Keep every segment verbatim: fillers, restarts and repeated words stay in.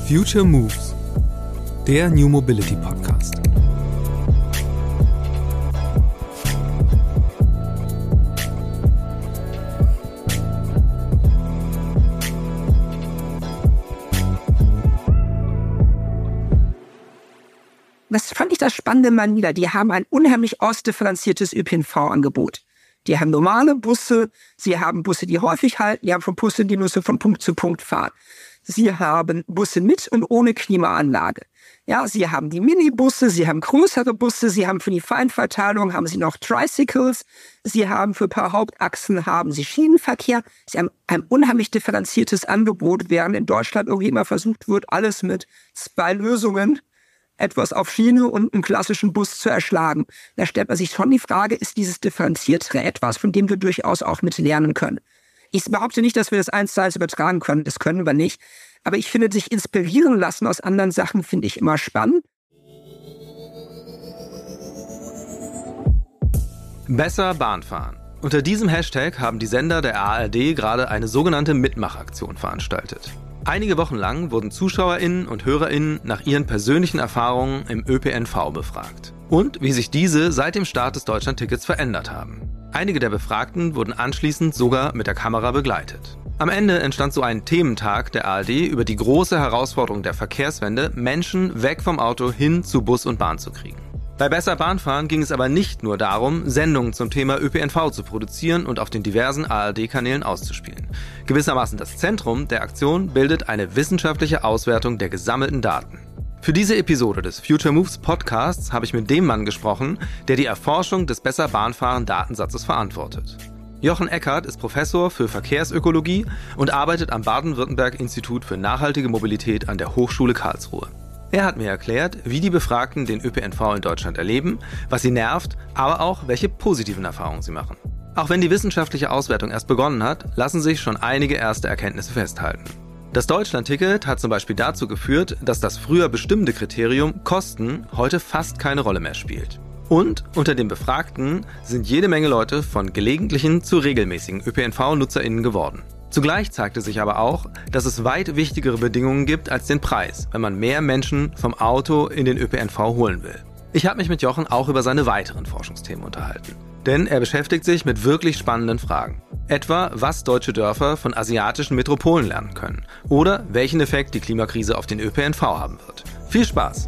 Future Moves, der New Mobility Podcast. Das fand ich das Spannende in Manila. Die haben ein unheimlich ausdifferenziertes Ö P N V-Angebot. Die haben normale Busse, sie haben Busse, die häufig halten, die haben von Busse, die nur so von Punkt zu Punkt fahren. Sie haben Busse mit und ohne Klimaanlage. Ja, sie haben die Minibusse, sie haben größere Busse, sie haben für die Feinverteilung haben sie noch Tricycles, sie haben für ein paar Hauptachsen haben sie Schienenverkehr. Sie haben ein unheimlich differenziertes Angebot, während in Deutschland irgendwie immer versucht wird, alles mit zwei Lösungen, etwas auf Schiene und einen klassischen Bus zu erschlagen. Da stellt man sich schon die Frage, ist dieses Differenziertere etwas, von dem wir durchaus auch mit lernen können? Ich behaupte nicht, dass wir das eins zu eins übertragen können, das können wir nicht. Aber ich finde, sich inspirieren lassen aus anderen Sachen, finde ich immer spannend. Besser Bahn fahren. Unter diesem Hashtag haben die Sender der A R D gerade eine sogenannte Mitmachaktion veranstaltet. Einige Wochen lang wurden ZuschauerInnen und HörerInnen nach ihren persönlichen Erfahrungen im Ö P N V befragt. Und wie sich diese seit dem Start des Deutschlandtickets verändert haben. Einige der Befragten wurden anschließend sogar mit der Kamera begleitet. Am Ende entstand so ein Thementag der A R D über die große Herausforderung der Verkehrswende, Menschen weg vom Auto hin zu Bus und Bahn zu kriegen. Bei Besser Bahnfahren ging es aber nicht nur darum, Sendungen zum Thema Ö P N V zu produzieren und auf den diversen A R D-Kanälen auszuspielen. Gewissermaßen das Zentrum der Aktion bildet eine wissenschaftliche Auswertung der gesammelten Daten. Für diese Episode des Future Moves Podcasts habe ich mit dem Mann gesprochen, der die Erforschung des Besser Bahnfahren-Datensatzes verantwortet. Jochen Eckert ist Professor für Verkehrsökologie und arbeitet am Baden-Württemberg-Institut für nachhaltige Mobilität an der Hochschule Karlsruhe. Er hat mir erklärt, wie die Befragten den Ö P N V in Deutschland erleben, was sie nervt, aber auch welche positiven Erfahrungen sie machen. Auch wenn die wissenschaftliche Auswertung erst begonnen hat, lassen sich schon einige erste Erkenntnisse festhalten. Das Deutschlandticket hat zum Beispiel dazu geführt, dass das früher bestimmte Kriterium Kosten heute fast keine Rolle mehr spielt. Und unter den Befragten sind jede Menge Leute von gelegentlichen zu regelmäßigen Ö P N V-NutzerInnen geworden. Zugleich zeigte sich aber auch, dass es weit wichtigere Bedingungen gibt als den Preis, wenn man mehr Menschen vom Auto in den Ö P N V holen will. Ich habe mich mit Jochen auch über seine weiteren Forschungsthemen unterhalten. Denn er beschäftigt sich mit wirklich spannenden Fragen. Etwa, was deutsche Dörfer von asiatischen Metropolen lernen können. Oder welchen Effekt die Klimakrise auf den Ö P N V haben wird. Viel Spaß!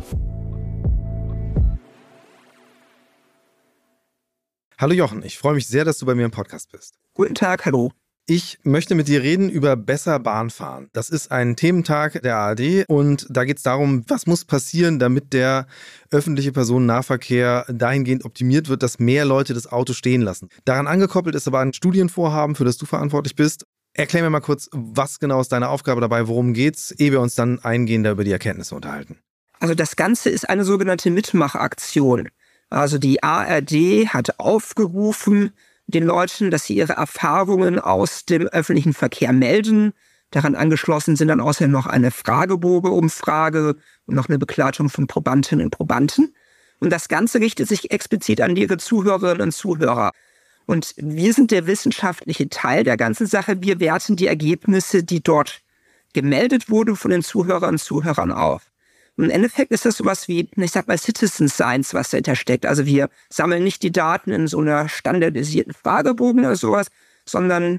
Hallo Jochen, ich freue mich sehr, dass du bei mir im Podcast bist. Guten Tag, hallo. Ich möchte mit dir reden über Besser Bahnfahren. Das ist ein Thementag der A R D und da geht es darum, was muss passieren, damit der öffentliche Personennahverkehr dahingehend optimiert wird, dass mehr Leute das Auto stehen lassen. Daran angekoppelt ist aber ein Studienvorhaben, für das du verantwortlich bist. Erklär mir mal kurz, was genau ist deine Aufgabe dabei, worum geht's, ehe wir uns dann eingehender über die Erkenntnisse unterhalten. Also das Ganze ist eine sogenannte Mitmachaktion. Also die A R D hat aufgerufen, den Leuten, dass sie ihre Erfahrungen aus dem öffentlichen Verkehr melden. Daran angeschlossen sind dann außerdem noch eine Fragebogenumfrage und noch eine Begleitung von Probandinnen und Probanden. Und das Ganze richtet sich explizit an ihre Zuhörerinnen und Zuhörer. Und wir sind der wissenschaftliche Teil der ganzen Sache. Wir werten die Ergebnisse, die dort gemeldet wurden, von den Zuhörerinnen und Zuhörern auf. Und im Endeffekt ist das sowas wie, ich sag mal, Citizen Science, was dahinter steckt. Also wir sammeln nicht die Daten in so einer standardisierten Fragebogen oder sowas, sondern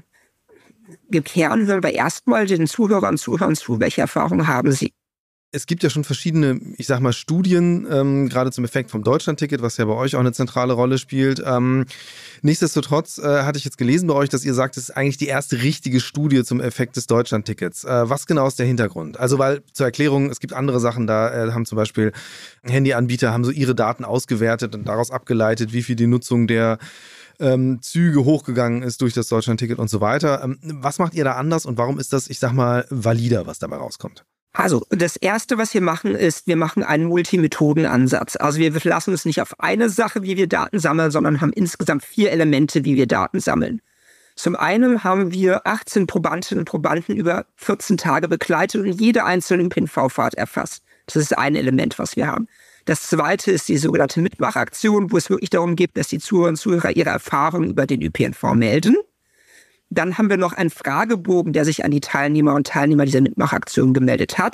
im Kern hören wir erstmal den Zuhörern und Zuhörern zu. Welche Erfahrungen haben sie? Es gibt ja schon verschiedene, ich sag mal, Studien, ähm, gerade zum Effekt vom Deutschlandticket, was ja bei euch auch eine zentrale Rolle spielt. Ähm, nichtsdestotrotz äh, hatte ich jetzt gelesen bei euch, dass ihr sagt, es ist eigentlich die erste richtige Studie zum Effekt des Deutschlandtickets. Äh, was genau ist der Hintergrund? Also, weil zur Erklärung, es gibt andere Sachen, da äh, haben zum Beispiel Handyanbieter, haben so ihre Daten ausgewertet und daraus abgeleitet, wie viel die Nutzung der ähm, Züge hochgegangen ist durch das Deutschlandticket und so weiter. Ähm, was macht ihr da anders und warum ist das, ich sag mal, valider, was dabei rauskommt? Also das Erste, was wir machen, ist, wir machen einen Multimethodenansatz. Also wir verlassen uns nicht auf eine Sache, wie wir Daten sammeln, sondern haben insgesamt vier Elemente, wie wir Daten sammeln. Zum einen haben wir achtzehn Probandinnen und Probanden über vierzehn Tage begleitet und jede einzelne Ö P N V-Fahrt erfasst. Das ist ein Element, was wir haben. Das zweite ist die sogenannte Mitmachaktion, wo es wirklich darum geht, dass die Zuhörer und Zuhörer ihre Erfahrungen über den Ö P N V melden. Dann haben wir noch einen Fragebogen, der sich an die Teilnehmer und Teilnehmer dieser Mitmachaktion gemeldet hat.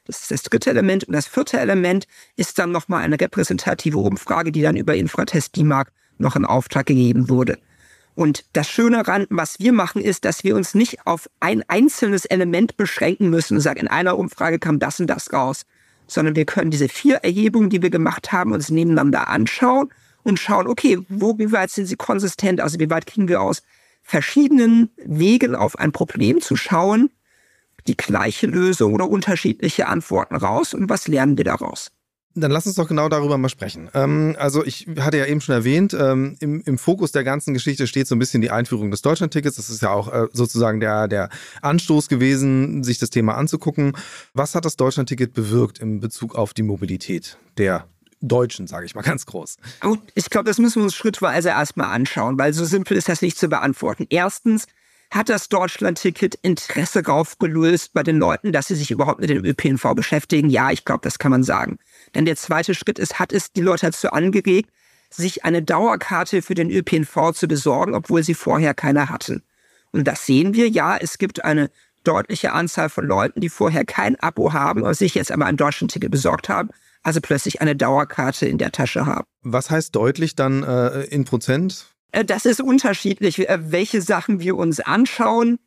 Das ist das dritte Element. Und das vierte Element ist dann nochmal eine repräsentative Umfrage, die dann über Infratest DIMAG noch in Auftrag gegeben wurde. Und das Schöne daran, was wir machen, ist, dass wir uns nicht auf ein einzelnes Element beschränken müssen und sagen, in einer Umfrage kam das und das raus, sondern wir können diese vier Erhebungen, die wir gemacht haben, uns nebeneinander anschauen und schauen, okay, wo, wie weit sind sie konsistent, also wie weit kriegen wir aus verschiedenen Wegen auf ein Problem zu schauen, die gleiche Lösung oder unterschiedliche Antworten raus und was lernen wir daraus? Dann lass uns doch genau darüber mal sprechen. Ähm, also ich hatte ja eben schon erwähnt, ähm, im, im Fokus der ganzen Geschichte steht so ein bisschen die Einführung des Deutschlandtickets. Das ist ja auch äh, sozusagen der, der Anstoß gewesen, sich das Thema anzugucken. Was hat das Deutschlandticket bewirkt in Bezug auf die Mobilität der Deutschen, sage ich mal ganz groß? Gut, ich glaube, das müssen wir uns schrittweise erstmal anschauen, weil so simpel ist das nicht zu beantworten. Erstens hat das Deutschlandticket Interesse raufgelöst bei den Leuten, dass sie sich überhaupt mit dem Ö P N V beschäftigen? Ja, ich glaube, das kann man sagen. Denn der zweite Schritt ist, hat es die Leute dazu angeregt, sich eine Dauerkarte für den Ö P N V zu besorgen, obwohl sie vorher keine hatten. Und das sehen wir, ja, es gibt eine deutliche Anzahl von Leuten, die vorher kein Abo haben, aber sich jetzt aber ein Deutschlandticket besorgt haben, also plötzlich eine Dauerkarte in der Tasche haben. Was heißt deutlich dann äh, in Prozent? Das ist unterschiedlich, welche Sachen wir uns anschauen.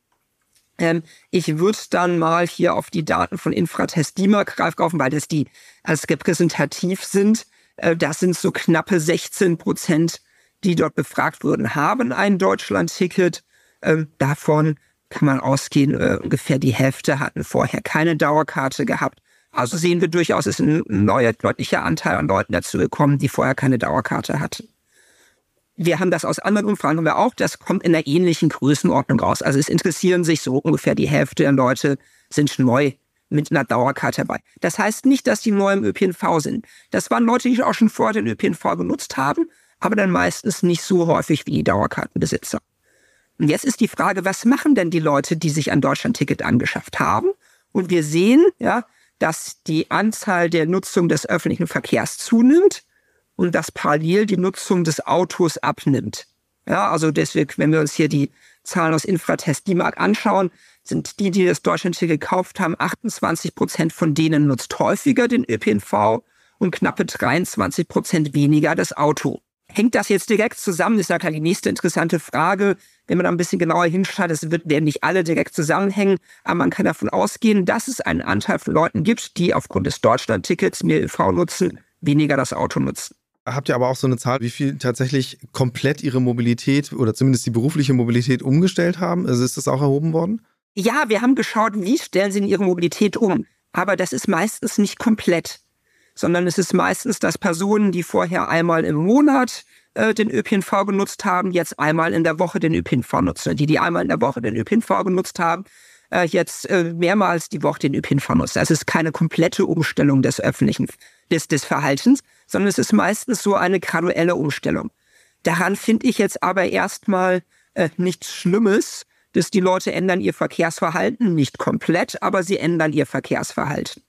Ich würde dann mal hier auf die Daten von Infratest DIMAG greifen, weil das die als repräsentativ sind. Das sind so knappe sechzehn Prozent, die dort befragt wurden, haben ein Deutschlandticket. Davon kann man ausgehen, ungefähr die Hälfte hatten vorher keine Dauerkarte gehabt. Also sehen wir durchaus, es ist ein neuer, deutlicher Anteil an Leuten dazu gekommen, die vorher keine Dauerkarte hatten. Wir haben das aus anderen Umfragen haben wir auch, das kommt in einer ähnlichen Größenordnung raus. Also es interessieren sich so ungefähr die Hälfte der Leute sind neu mit einer Dauerkarte dabei. Das heißt nicht, dass die neu im Ö P N V sind. Das waren Leute, die auch schon vorher den Ö P N V benutzt haben, aber dann meistens nicht so häufig wie die Dauerkartenbesitzer. Und jetzt ist die Frage, was machen denn die Leute, die sich ein Deutschlandticket angeschafft haben? Und wir sehen, ja, dass die Anzahl der Nutzung des öffentlichen Verkehrs zunimmt und dass parallel die Nutzung des Autos abnimmt. Ja, also deswegen, wenn wir uns hier die Zahlen aus Infratest DIMAG anschauen, sind die, die das Deutschlandticket gekauft haben, achtundzwanzig Prozent von denen nutzt häufiger den Ö P N V und knappe dreiundzwanzig Prozent weniger das Auto. Hängt das jetzt direkt zusammen? Das ist ja die nächste interessante Frage. Wenn man da ein bisschen genauer hinschaut, es wird, werden nicht alle direkt zusammenhängen, aber man kann davon ausgehen, dass es einen Anteil von Leuten gibt, die aufgrund des Deutschlandtickets mehr Ö V nutzen, weniger das Auto nutzen. Habt ihr aber auch so eine Zahl, wie viel tatsächlich komplett ihre Mobilität oder zumindest die berufliche Mobilität umgestellt haben? Also ist das auch erhoben worden? Ja, wir haben geschaut, wie stellen sie in ihre Mobilität um. Aber das ist meistens nicht komplett, sondern es ist meistens, dass Personen, die vorher einmal im Monat äh, den Ö P N V genutzt haben, jetzt einmal in der Woche den Ö P N V nutzen. Die, die einmal in der Woche den Ö P N V genutzt haben, äh, jetzt äh, mehrmals die Woche den Ö P N V nutzen. Also es ist keine komplette Umstellung des öffentlichen, des, des Verhaltens, sondern es ist meistens so eine graduelle Umstellung. Daran finde ich jetzt aber erstmal äh, nichts Schlimmes, dass die Leute ändern ihr Verkehrsverhalten, nicht komplett, aber sie ändern ihr Verkehrsverhalten.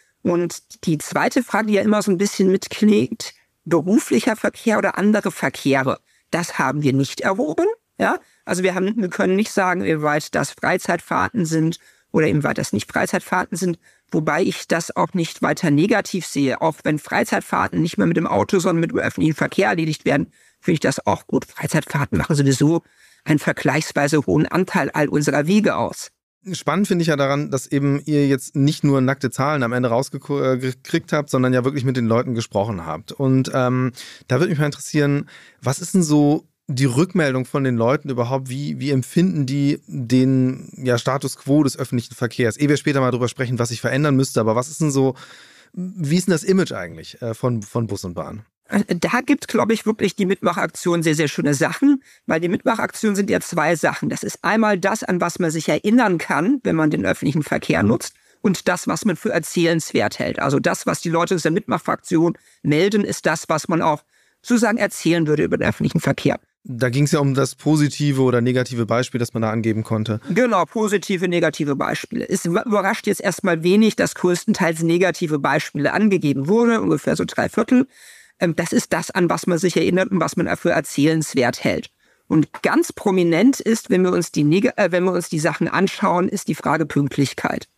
Und die zweite Frage, die ja immer so ein bisschen mitklingt, beruflicher Verkehr oder andere Verkehre, das haben wir nicht erhoben. Ja? Also wir, haben, wir können nicht sagen, inwieweit das Freizeitfahrten sind oder inwieweit das nicht Freizeitfahrten sind, wobei ich das auch nicht weiter negativ sehe. Auch wenn Freizeitfahrten nicht mehr mit dem Auto, sondern mit dem öffentlichen Verkehr erledigt werden, finde ich das auch gut. Freizeitfahrten machen sowieso einen vergleichsweise hohen Anteil all unserer Wege aus. Spannend finde ich ja daran, dass eben ihr jetzt nicht nur nackte Zahlen am Ende rausgekriegt habt, sondern ja wirklich mit den Leuten gesprochen habt. Und ähm, da würde mich mal interessieren, was ist denn so die Rückmeldung von den Leuten überhaupt? Wie, wie empfinden die den ja, Status quo des öffentlichen Verkehrs? Ehe wir später mal drüber sprechen, was sich verändern müsste, aber was ist denn so, wie ist denn das Image eigentlich äh, von, von Bus und Bahn? Da gibt, glaube ich, wirklich die Mitmachaktion sehr, sehr schöne Sachen, weil die Mitmachaktionen sind ja zwei Sachen. Das ist einmal das, an was man sich erinnern kann, wenn man den öffentlichen Verkehr nutzt, und das, was man für erzählenswert hält. Also das, was die Leute aus der Mitmachfraktion melden, ist das, was man auch sozusagen erzählen würde über den öffentlichen Verkehr. Da ging es ja um das positive oder negative Beispiel, das man da angeben konnte. Genau, positive, negative Beispiele. Es überrascht jetzt erstmal wenig, dass größtenteils negative Beispiele angegeben wurden, ungefähr so drei Viertel. Das ist das, an was man sich erinnert und was man für erzählenswert hält. Und ganz prominent ist, wenn wir uns die, äh, wenn wir uns die Sachen anschauen, ist die Frage Pünktlichkeit.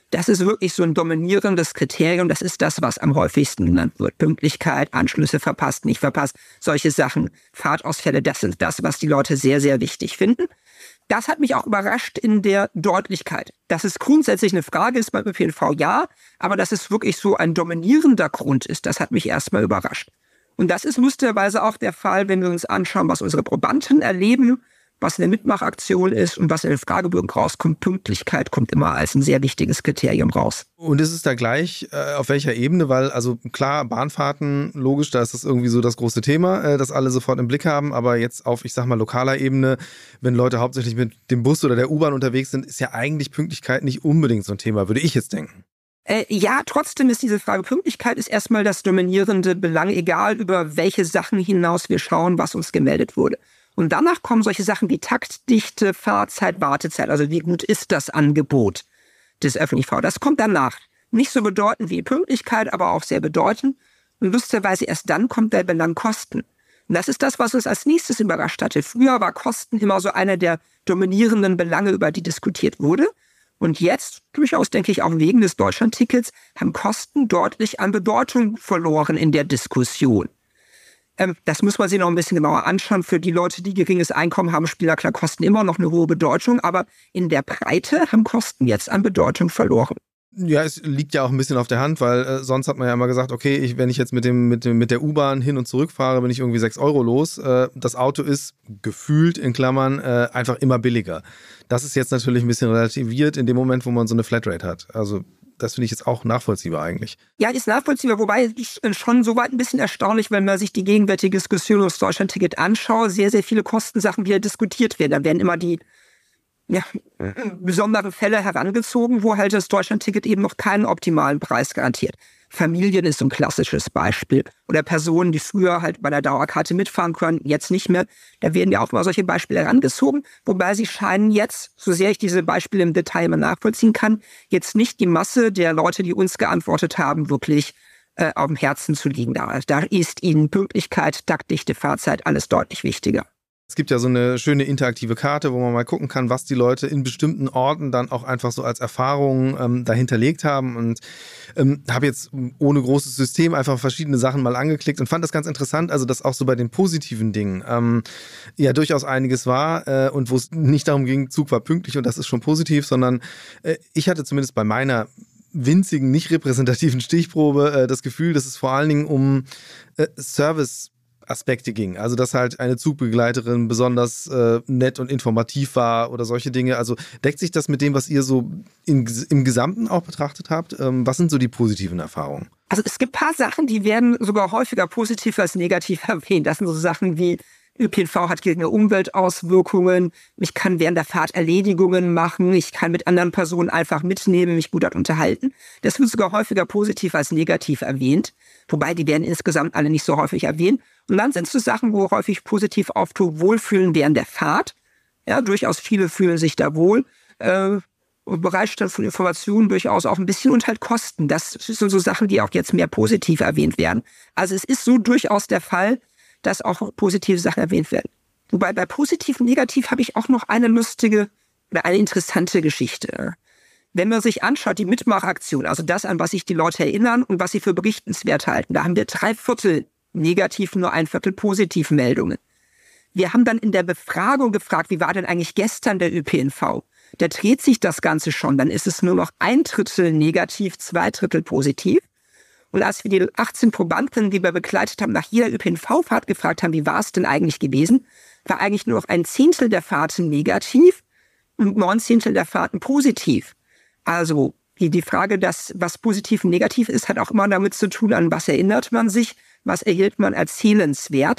Das ist wirklich so ein dominierendes Kriterium. Das ist das, was am häufigsten genannt wird. Pünktlichkeit, Anschlüsse verpasst, nicht verpasst, solche Sachen, Fahrtausfälle, das ist das, was die Leute sehr, sehr wichtig finden. Das hat mich auch überrascht in der Deutlichkeit. Dass es grundsätzlich eine Frage ist beim Ö P N V, ja, aber dass es wirklich so ein dominierender Grund ist, das hat mich erstmal überrascht. Und das ist lustigerweise auch der Fall, wenn wir uns anschauen, was unsere Probanden erleben, was eine Mitmachaktion ist und was in den Fragebögen rauskommt. Pünktlichkeit kommt immer als ein sehr wichtiges Kriterium raus. Und ist es da gleich, äh, auf welcher Ebene? Weil, also klar, Bahnfahrten, logisch, da ist das irgendwie so das große Thema, äh, das alle sofort im Blick haben. Aber jetzt auf, ich sag mal, lokaler Ebene, wenn Leute hauptsächlich mit dem Bus oder der U-Bahn unterwegs sind, ist ja eigentlich Pünktlichkeit nicht unbedingt so ein Thema, würde ich jetzt denken. Äh, ja, trotzdem ist diese Frage Pünktlichkeit ist erstmal das dominierende Belang, egal über welche Sachen hinaus wir schauen, was uns gemeldet wurde. Und danach kommen solche Sachen wie Taktdichte, Fahrzeit, Wartezeit. Also wie gut ist das Angebot des öffentlichen Verkehrs? Das kommt danach. Nicht so bedeutend wie Pünktlichkeit, aber auch sehr bedeutend. Und lustigerweise erst dann kommt der Belang Kosten. Und das ist das, was uns als nächstes überrascht hatte. Früher war Kosten immer so einer der dominierenden Belange, über die diskutiert wurde. Und jetzt, durchaus denke ich auch wegen des Deutschlandtickets, haben Kosten deutlich an Bedeutung verloren in der Diskussion. Ähm, das muss man sich noch ein bisschen genauer anschauen. Für die Leute, die geringes Einkommen haben, spielen ja klar Kosten immer noch eine hohe Bedeutung. Aber in der Breite haben Kosten jetzt an Bedeutung verloren. Ja, es liegt ja auch ein bisschen auf der Hand, weil äh, sonst hat man ja immer gesagt, okay, ich, wenn ich jetzt mit dem, mit dem mit der U-Bahn hin und zurück fahre, bin ich irgendwie sechs Euro los. Äh, das Auto ist gefühlt in Klammern äh, einfach immer billiger. Das ist jetzt natürlich ein bisschen relativiert in dem Moment, wo man so eine Flatrate hat. Also das finde ich jetzt auch nachvollziehbar eigentlich. Ja, ist nachvollziehbar, wobei ich schon soweit ein bisschen erstaunlich, wenn man sich die gegenwärtige Diskussion um das Deutschlandticket anschaut, sehr, sehr viele Kostensachen wieder diskutiert werden. Da werden immer die ja, besondere Fälle herangezogen, wo halt das Deutschlandticket eben noch keinen optimalen Preis garantiert. Familien ist so ein klassisches Beispiel. Oder Personen, die früher halt bei der Dauerkarte mitfahren können, jetzt nicht mehr. Da werden ja auch mal solche Beispiele herangezogen. Wobei sie scheinen jetzt, so sehr ich diese Beispiele im Detail mal nachvollziehen kann, jetzt nicht die Masse der Leute, die uns geantwortet haben, wirklich äh, auf dem Herzen zu liegen. Da, da ist ihnen Pünktlichkeit, Taktdichte, Fahrzeit alles deutlich wichtiger. Es gibt ja so eine schöne interaktive Karte, wo man mal gucken kann, was die Leute in bestimmten Orten dann auch einfach so als Erfahrungen ähm, dahinterlegt haben. Und ähm, habe jetzt ohne großes System einfach verschiedene Sachen mal angeklickt und fand das ganz interessant, also dass auch so bei den positiven Dingen ähm, ja durchaus einiges war äh, und wo es nicht darum ging, Zug war pünktlich und das ist schon positiv, sondern äh, ich hatte zumindest bei meiner winzigen, nicht repräsentativen Stichprobe äh, das Gefühl, dass es vor allen Dingen um äh, Service Aspekte ging. Also, dass halt eine Zugbegleiterin besonders äh, nett und informativ war oder solche Dinge. Also, deckt sich das mit dem, was ihr so in, im Gesamten auch betrachtet habt? Ähm, was sind so die positiven Erfahrungen? Also, es gibt ein paar Sachen, die werden sogar häufiger positiv als negativ erwähnt. Das sind so Sachen wie Ö P N V hat geringe Umweltauswirkungen, ich kann während der Fahrt Erledigungen machen, ich kann mit anderen Personen einfach mitnehmen, mich gut unterhalten. Das wird sogar häufiger positiv als negativ erwähnt, wobei die werden insgesamt alle nicht so häufig erwähnt. Und dann sind es so Sachen, wo häufig positiv auftaucht, Wohlfühlen während der Fahrt. Ja, durchaus viele fühlen sich da wohl. Äh, Bereitstellung von Informationen durchaus auch ein bisschen und halt Kosten. Das sind so Sachen, die auch jetzt mehr positiv erwähnt werden. Also es ist so durchaus der Fall, dass auch positive Sachen erwähnt werden. Wobei bei positiv und negativ habe ich auch noch eine lustige oder eine interessante Geschichte. Wenn man sich anschaut, die Mitmachaktion, also das, an was sich die Leute erinnern und was sie für berichtenswert halten, da haben wir drei Viertel negativ, nur ein Viertel positiv Meldungen. Wir haben dann in der Befragung gefragt, wie war denn eigentlich gestern der Ö P N V? Da dreht sich das Ganze schon, dann ist es nur noch ein Drittel negativ, zwei Drittel positiv. Und als wir die achtzehn Probanden, die wir begleitet haben, nach jeder Ö P N V-Fahrt gefragt haben, wie war es denn eigentlich gewesen, war eigentlich nur noch ein Zehntel der Fahrten negativ und neun Zehntel der Fahrten positiv. Also die, die Frage, dass, was positiv und negativ ist, hat auch immer damit zu tun, an was erinnert man sich, was erhielt man als zählenswert.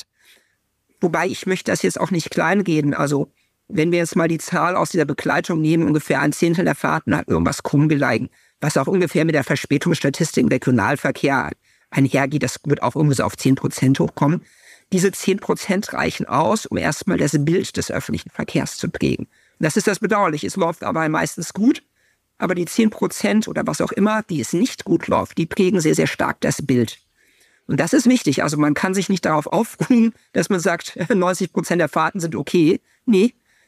Wobei ich möchte das jetzt auch nicht kleingehen. Also wenn wir jetzt mal die Zahl aus dieser Begleitung nehmen, ungefähr ein Zehntel der Fahrten hat irgendwas krumm gelegen. Was auch ungefähr mit der Verspätungsstatistik im Regionalverkehr einhergeht, das wird auch irgendwie so auf zehn Prozent hochkommen. Diese zehn Prozent reichen aus, um erstmal das Bild des öffentlichen Verkehrs zu prägen. Das ist das Bedauerliche. Es läuft aber meistens gut, aber die zehn Prozent oder was auch immer, die es nicht gut läuft, die prägen sehr, sehr stark das Bild. Und das ist wichtig. Also man kann sich nicht darauf aufruhen, dass man sagt, neunzig Prozent der Fahrten sind okay. Nee,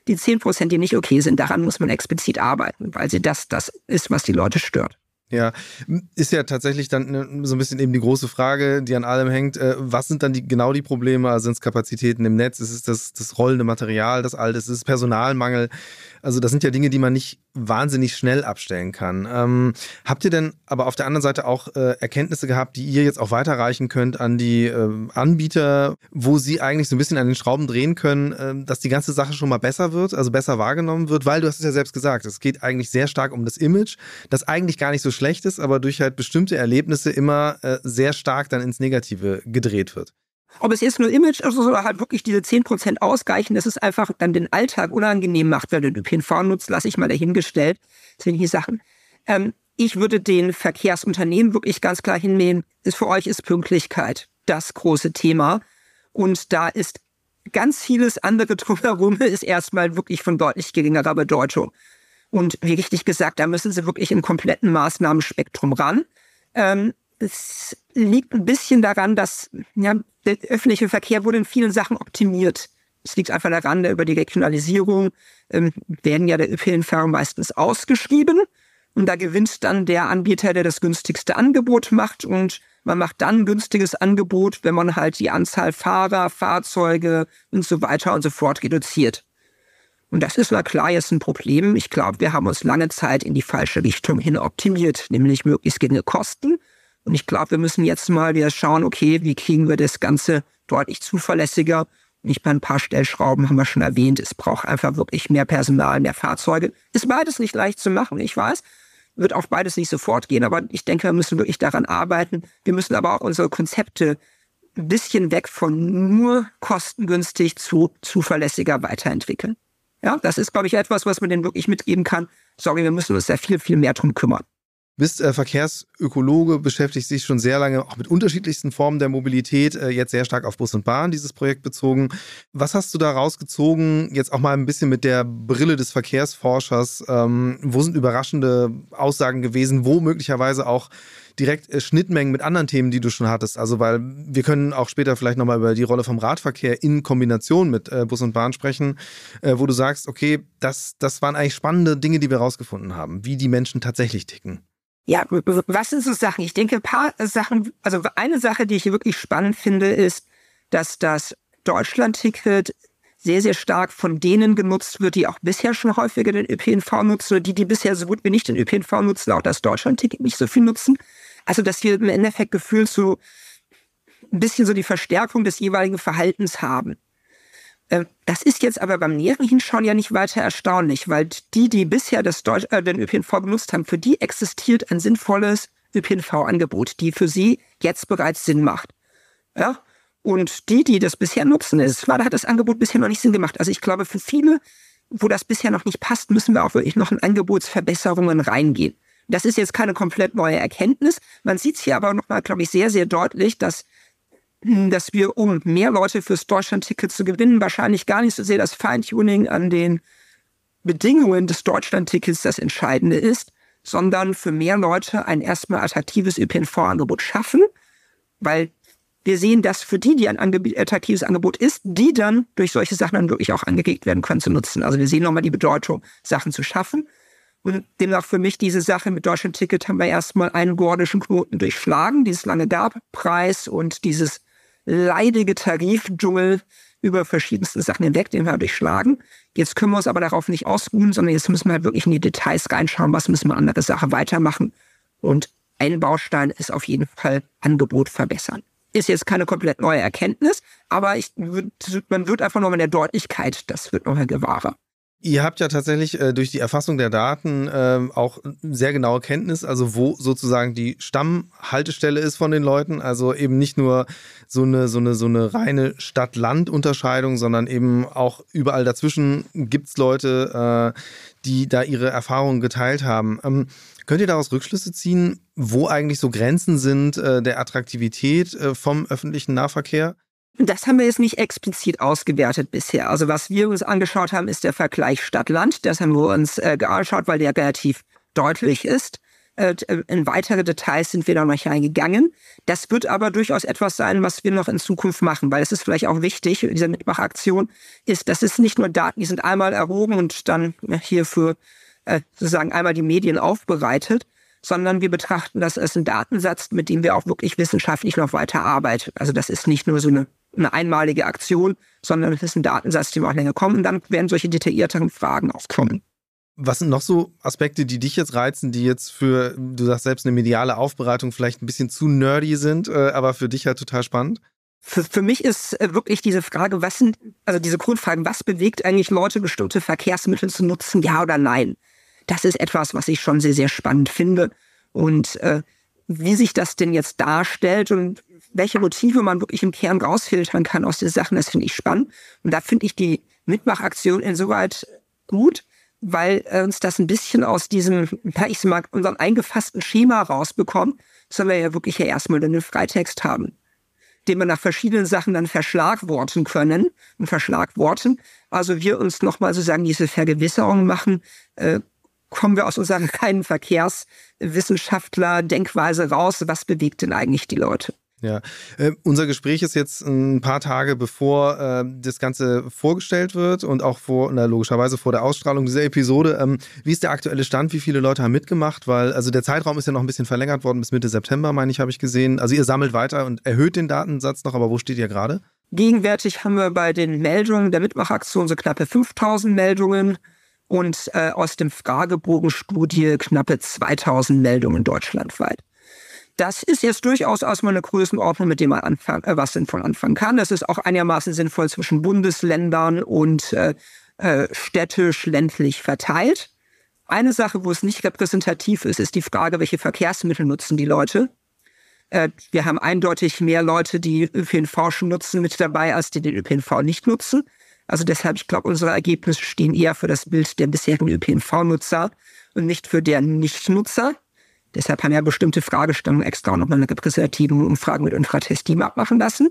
die zehn Prozent, die nicht okay sind, daran muss man explizit arbeiten, weil sie das, das ist, was die Leute stört. Ja, ist ja tatsächlich dann so ein bisschen eben die große Frage, die an allem hängt. Was sind dann die, genau die Probleme? Also sind es Kapazitäten im Netz? Ist es das, das rollende Material, das alte? Ist es Personalmangel? Also das sind ja Dinge, die man nicht wahnsinnig schnell abstellen kann. Ähm, habt ihr denn aber auf der anderen Seite auch äh, Erkenntnisse gehabt, die ihr jetzt auch weiterreichen könnt an die äh, Anbieter, wo sie eigentlich so ein bisschen an den Schrauben drehen können, äh, dass die ganze Sache schon mal besser wird, also besser wahrgenommen wird? Weil du hast es ja selbst gesagt, es geht eigentlich sehr stark um das Image, das eigentlich gar nicht so schlecht ist, aber durch halt bestimmte Erlebnisse immer äh, sehr stark dann ins Negative gedreht wird. Ob es jetzt nur Image ist oder halt wirklich diese zehn Prozent ausgleichen, dass es einfach dann den Alltag unangenehm macht, wenn du den Ö P N V nutzt, lasse ich mal dahingestellt. Das sind die Sachen. Ähm, ich würde den Verkehrsunternehmen wirklich ganz klar hinnehmen, ist für euch ist Pünktlichkeit das große Thema. Und da ist ganz vieles andere drumherum, ist erstmal wirklich von deutlich geringerer Bedeutung. Und wie richtig gesagt, da müssen sie wirklich im kompletten Maßnahmenspektrum ran. Ähm, es liegt ein bisschen daran, dass ja, der öffentliche Verkehr wurde in vielen Sachen optimiert. Es liegt einfach daran, über die Regionalisierung ähm, werden ja der Ö P N V meistens ausgeschrieben. Und da gewinnt dann der Anbieter, der das günstigste Angebot macht. Und man macht dann ein günstiges Angebot, wenn man halt die Anzahl Fahrer, Fahrzeuge und so weiter und so fort reduziert. Und das ist na klar jetzt ein Problem. Ich glaube, wir haben uns lange Zeit in die falsche Richtung hin optimiert, nämlich möglichst geringe Kosten. Und ich glaube, wir müssen jetzt mal wieder schauen, okay, wie kriegen wir das Ganze deutlich zuverlässiger? Nicht bei ein paar Stellschrauben haben wir schon erwähnt. Es braucht einfach wirklich mehr Personal, mehr Fahrzeuge. Ist beides nicht leicht zu machen, ich weiß. Wird auch beides nicht sofort gehen, aber ich denke, wir müssen wirklich daran arbeiten. Wir müssen aber auch unsere Konzepte ein bisschen weg von nur kostengünstig zu zuverlässiger weiterentwickeln. Ja, das ist, glaube ich, etwas, was man denen wirklich mitgeben kann. Sorry, wir müssen uns da viel, viel mehr drum kümmern. Bist äh, Verkehrsökologe, beschäftigt sich schon sehr lange auch mit unterschiedlichsten Formen der Mobilität, äh, jetzt sehr stark auf Bus und Bahn, dieses Projekt bezogen. Was hast du da rausgezogen, jetzt auch mal ein bisschen mit der Brille des Verkehrsforschers? Ähm, wo sind überraschende Aussagen gewesen, wo möglicherweise auch direkt äh, Schnittmengen mit anderen Themen, die du schon hattest? Also weil wir können auch später vielleicht nochmal über die Rolle vom Radverkehr in Kombination mit äh, Bus und Bahn sprechen, äh, wo du sagst, okay, das, das waren eigentlich spannende Dinge, die wir rausgefunden haben, wie die Menschen tatsächlich ticken. Ja, was sind so Sachen? Ich denke, ein paar Sachen, also eine Sache, die ich hier wirklich spannend finde, ist, dass das Deutschland-Ticket sehr, sehr stark von denen genutzt wird, die auch bisher schon häufiger den Ö P N V nutzen, oder die, die bisher so gut wie nicht den Ö P N V nutzen, auch das Deutschland-Ticket nicht so viel nutzen. Also, dass wir im Endeffekt gefühlt so ein bisschen so die Verstärkung des jeweiligen Verhaltens haben. Das ist jetzt aber beim näheren Hinschauen ja nicht weiter erstaunlich, weil die, die bisher das Deutsch, äh, den Ö P N V genutzt haben, für die existiert ein sinnvolles Ö P N V-Angebot, die für sie jetzt bereits Sinn macht. Ja? Und die, die das bisher nutzen, ist, da hat das Angebot bisher noch nicht Sinn gemacht. Also ich glaube, für viele, wo das bisher noch nicht passt, müssen wir auch wirklich noch in Angebotsverbesserungen reingehen. Das ist jetzt keine komplett neue Erkenntnis. Man sieht es hier aber nochmal, glaube ich, sehr, sehr deutlich, dass dass wir, um mehr Leute fürs Deutschland-Ticket zu gewinnen, wahrscheinlich gar nicht so sehr das Feintuning an den Bedingungen des Deutschland-Tickets das Entscheidende ist, sondern für mehr Leute ein erstmal attraktives Ö P N V-Angebot schaffen, weil wir sehen, dass für die, die ein Ange- attraktives Angebot ist, die dann durch solche Sachen dann wirklich auch angeregt werden können zu nutzen. Also wir sehen nochmal die Bedeutung, Sachen zu schaffen. Und demnach für mich diese Sache mit Deutschland-Ticket haben wir erstmal einen gordischen Knoten durchschlagen, die es lange gab, Preis und dieses leidige Tarifdschungel über verschiedenste Sachen hinweg, den wir durchschlagen. Jetzt können wir uns aber darauf nicht ausruhen, sondern jetzt müssen wir halt wirklich in die Details reinschauen, was müssen wir andere Sachen weitermachen. Und ein Baustein ist auf jeden Fall Angebot verbessern. Ist jetzt keine komplett neue Erkenntnis, aber ich, man wird einfach nur in der Deutlichkeit, das wird nochmal gewahrer. Ihr habt ja tatsächlich äh, durch die Erfassung der Daten äh, auch sehr genaue Kenntnis, also wo sozusagen die Stammhaltestelle ist von den Leuten, also eben nicht nur so eine so eine so eine reine Stadt-Land-Unterscheidung, sondern eben auch überall dazwischen gibt's Leute, äh, die da ihre Erfahrungen geteilt haben. Ähm, könnt ihr daraus Rückschlüsse ziehen, wo eigentlich so Grenzen sind äh, der Attraktivität äh, vom öffentlichen Nahverkehr? Das haben wir jetzt nicht explizit ausgewertet bisher. Also was wir uns angeschaut haben, ist der Vergleich Stadt-Land. Das haben wir uns äh, angeschaut, weil der relativ deutlich ist. In weitere Details sind wir da noch nicht reingegangen. Das wird aber durchaus etwas sein, was wir noch in Zukunft machen, weil es ist vielleicht auch wichtig, diese Mitmachaktion ist, das ist nicht nur Daten, die sind einmal erhoben und dann hier für äh, sozusagen einmal die Medien aufbereitet, sondern wir betrachten das als einen Datensatz, mit dem wir auch wirklich wissenschaftlich noch weiter arbeiten. Also das ist nicht nur so eine, eine einmalige Aktion, sondern es ist ein Datensatz, dem auch länger kommen und dann werden solche detaillierteren Fragen aufkommen. Was sind noch so Aspekte, die dich jetzt reizen, die jetzt für, du sagst selbst, eine mediale Aufbereitung vielleicht ein bisschen zu nerdy sind, äh, aber für dich halt total spannend? Für, für mich ist äh, wirklich diese Frage, was sind, also diese Grundfragen, was bewegt eigentlich Leute, bestimmte Verkehrsmittel zu nutzen, ja oder nein? Das ist etwas, was ich schon sehr, sehr spannend finde. Und äh, wie sich das denn jetzt darstellt und welche Motive man wirklich im Kern rausfiltern kann aus den Sachen, das finde ich spannend. Und da finde ich die Mitmachaktion insoweit gut, weil uns das ein bisschen aus diesem, ich sag mal, unseren eingefassten Schema rausbekommt, sondern wir ja wirklich ja erstmal einen Freitext haben, den wir nach verschiedenen Sachen dann verschlagworten können und verschlagworten. Also wir uns nochmal sozusagen diese Vergewisserung machen, äh, kommen wir aus unserem kleinen Verkehrswissenschaftler-Denkweise raus, was bewegt denn eigentlich die Leute? Ja, äh, unser Gespräch ist jetzt ein paar Tage bevor äh, das Ganze vorgestellt wird und auch vor, na, logischerweise vor der Ausstrahlung dieser Episode. Ähm, wie ist der aktuelle Stand? Wie viele Leute haben mitgemacht? Weil, also der Zeitraum ist ja noch ein bisschen verlängert worden bis Mitte September, meine ich, habe ich gesehen. Also ihr sammelt weiter und erhöht den Datensatz noch, aber wo steht ihr gerade? Gegenwärtig haben wir bei den Meldungen der Mitmachaktion so knappe fünftausend Meldungen und äh, aus dem Fragebogenstudie knappe zweitausend Meldungen deutschlandweit. Das ist jetzt durchaus erstmal eine Größenordnung, mit der man anfangen, äh, was sinnvoll anfangen kann. Das ist auch einigermaßen sinnvoll zwischen Bundesländern und äh, äh, städtisch-ländlich verteilt. Eine Sache, wo es nicht repräsentativ ist, ist die Frage, welche Verkehrsmittel nutzen die Leute. Äh, wir haben eindeutig mehr Leute, die Ö P N V schon nutzen, mit dabei, als die den Ö P N V nicht nutzen. Also deshalb, ich glaube, unsere Ergebnisse stehen eher für das Bild der bisherigen Ö P N V-Nutzer und nicht für deren Nichtnutzer. Deshalb haben ja bestimmte Fragestellungen extra auch nochmal eine repräsentative Umfrage mit Infratest-Team abmachen lassen.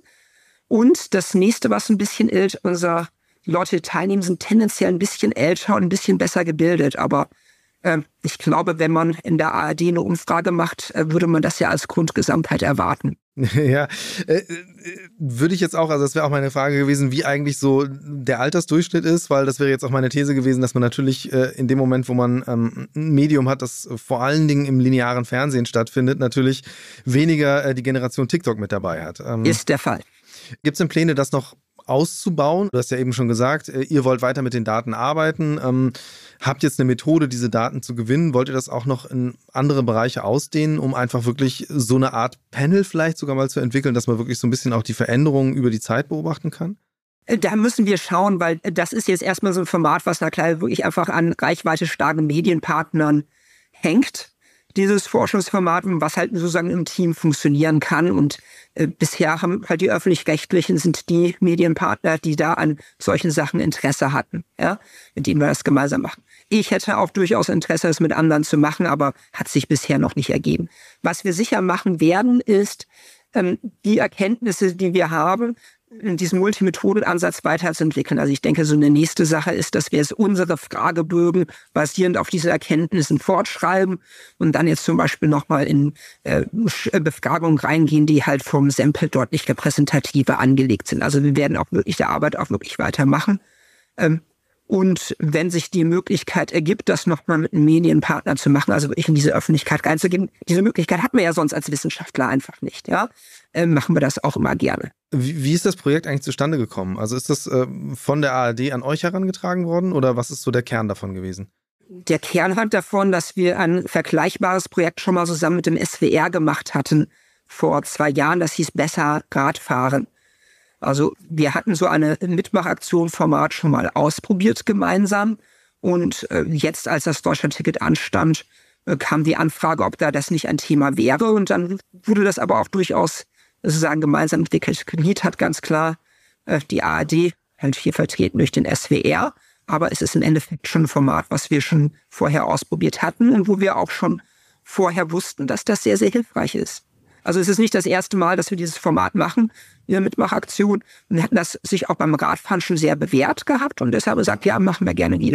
Und das nächste, was ein bisschen älter, unsere Leute, die teilnehmen, sind tendenziell ein bisschen älter und ein bisschen besser gebildet. Aber äh, ich glaube, wenn man in der A R D eine Umfrage macht, äh, würde man das ja als Grundgesamtheit erwarten. Ja, äh, würde ich jetzt auch, also das wäre auch meine Frage gewesen, wie eigentlich so der Altersdurchschnitt ist, weil das wäre jetzt auch meine These gewesen, dass man natürlich äh, in dem Moment, wo man ähm, ein Medium hat, das vor allen Dingen im linearen Fernsehen stattfindet, natürlich weniger äh, die Generation TikTok mit dabei hat. Ähm, ist der Fall. Gibt es denn Pläne, das noch auszubauen? Du hast ja eben schon gesagt, ihr wollt weiter mit den Daten arbeiten. Ähm, habt jetzt eine Methode, diese Daten zu gewinnen? Wollt ihr das auch noch in andere Bereiche ausdehnen, um einfach wirklich so eine Art Panel vielleicht sogar mal zu entwickeln, dass man wirklich so ein bisschen auch die Veränderungen über die Zeit beobachten kann? Da müssen wir schauen, weil das ist jetzt erstmal so ein Format, was na klar wirklich einfach an reichweite starken Medienpartnern hängt. Dieses Forschungsformat, was halt sozusagen im Team funktionieren kann. Und äh, bisher haben halt die Öffentlich-Rechtlichen sind die Medienpartner, die da an solchen Sachen Interesse hatten, ja, mit denen wir das gemeinsam machen. Ich hätte auch durchaus Interesse, das mit anderen zu machen, aber hat sich bisher noch nicht ergeben. Was wir sicher machen werden, ist, ähm, die Erkenntnisse, die wir haben, in diesem Multimethodenansatz weiterzuentwickeln. Also ich denke, so eine nächste Sache ist, dass wir jetzt unsere Fragebögen basierend auf diese Erkenntnissen fortschreiben und dann jetzt zum Beispiel nochmal in äh, Befragungen reingehen, die halt vom Sample deutlich repräsentativer angelegt sind. Also wir werden auch wirklich der Arbeit auch wirklich weitermachen. Ähm, Und wenn sich die Möglichkeit ergibt, das nochmal mit einem Medienpartner zu machen, also wirklich in diese Öffentlichkeit reinzugehen, diese Möglichkeit hatten wir ja sonst als Wissenschaftler einfach nicht, ja, äh, machen wir das auch immer gerne. Wie, wie ist das Projekt eigentlich zustande gekommen? Also ist das äh, von der A R D an euch herangetragen worden oder was ist so der Kern davon gewesen? Der Kern hat davon, dass wir ein vergleichbares Projekt schon mal zusammen mit dem S W R gemacht hatten vor zwei Jahren, das hieß Besser Radfahren. Also wir hatten so eine Mitmachaktion-Format schon mal ausprobiert gemeinsam und äh, jetzt, als das Deutschlandticket anstand, äh, kam die Anfrage, ob da das nicht ein Thema wäre und dann wurde das aber auch durchaus sozusagen gemeinsam entwickelt. Lied hat ganz klar äh, die A R D, halt hier vertreten durch den S W R, aber es ist im Endeffekt schon ein Format, was wir schon vorher ausprobiert hatten und wo wir auch schon vorher wussten, dass das sehr, sehr hilfreich ist. Also es ist nicht das erste Mal, dass wir dieses Format machen, diese Mitmachaktion. Wir hatten das sich auch beim Radfahren schon sehr bewährt gehabt und deshalb gesagt, ja, machen wir gerne wieder.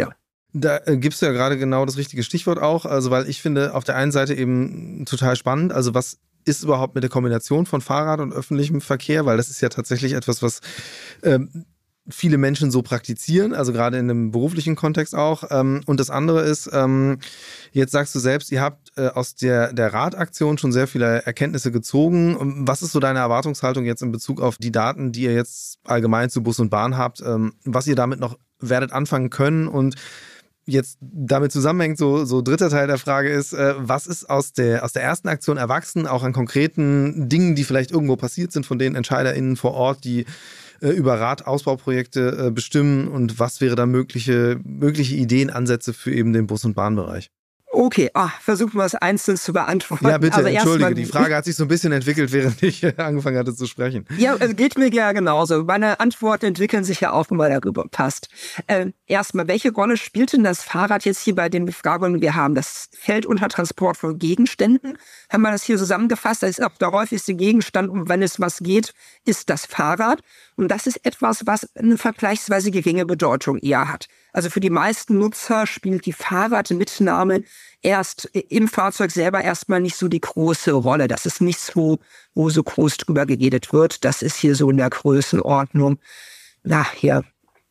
Da äh, gibst du ja gerade genau das richtige Stichwort auch, also weil ich finde auf der einen Seite eben total spannend, also was ist überhaupt mit der Kombination von Fahrrad und öffentlichem Verkehr, weil das ist ja tatsächlich etwas, was ähm, viele Menschen so praktizieren, also gerade in einem beruflichen Kontext auch. Ähm, und das andere ist, ähm, jetzt sagst du selbst, ihr habt äh, aus der, der Radaktion schon sehr viele Erkenntnisse gezogen. Was ist so deine Erwartungshaltung jetzt in Bezug auf die Daten, die ihr jetzt allgemein zu Bus und Bahn habt, ähm, was ihr damit noch werdet anfangen können und jetzt damit zusammenhängt, so, so dritter Teil der Frage ist, äh, was ist aus der, aus der ersten Aktion erwachsen, auch an konkreten Dingen, die vielleicht irgendwo passiert sind von den EntscheiderInnen vor Ort, die äh, über Radausbauprojekte äh, bestimmen und was wäre da mögliche, mögliche Ideen, Ansätze für eben den Bus- und Bahnbereich? Okay, oh, versuchen wir es einzeln zu beantworten. Ja, bitte, also entschuldige, mal, die Frage hat sich so ein bisschen entwickelt, während ich angefangen hatte zu sprechen. Ja, es geht mir ja genauso. Meine Antworten entwickeln sich ja auch, wenn man darüber passt. Äh, erstmal, welche Rolle spielt denn das Fahrrad jetzt hier bei den Befragungen, die wir haben? Das fällt unter Transport von Gegenständen. Haben wir das hier zusammengefasst? Das ist auch der häufigste Gegenstand, um wenn es was geht, ist das Fahrrad. Und das ist etwas, was eine vergleichsweise geringe Bedeutung eher hat. Also für die meisten Nutzer spielt die Fahrradmitnahme erst im Fahrzeug selber erstmal nicht so die große Rolle. Das ist nicht so, wo so groß drüber geredet wird. Das ist hier so in der Größenordnung, na, hier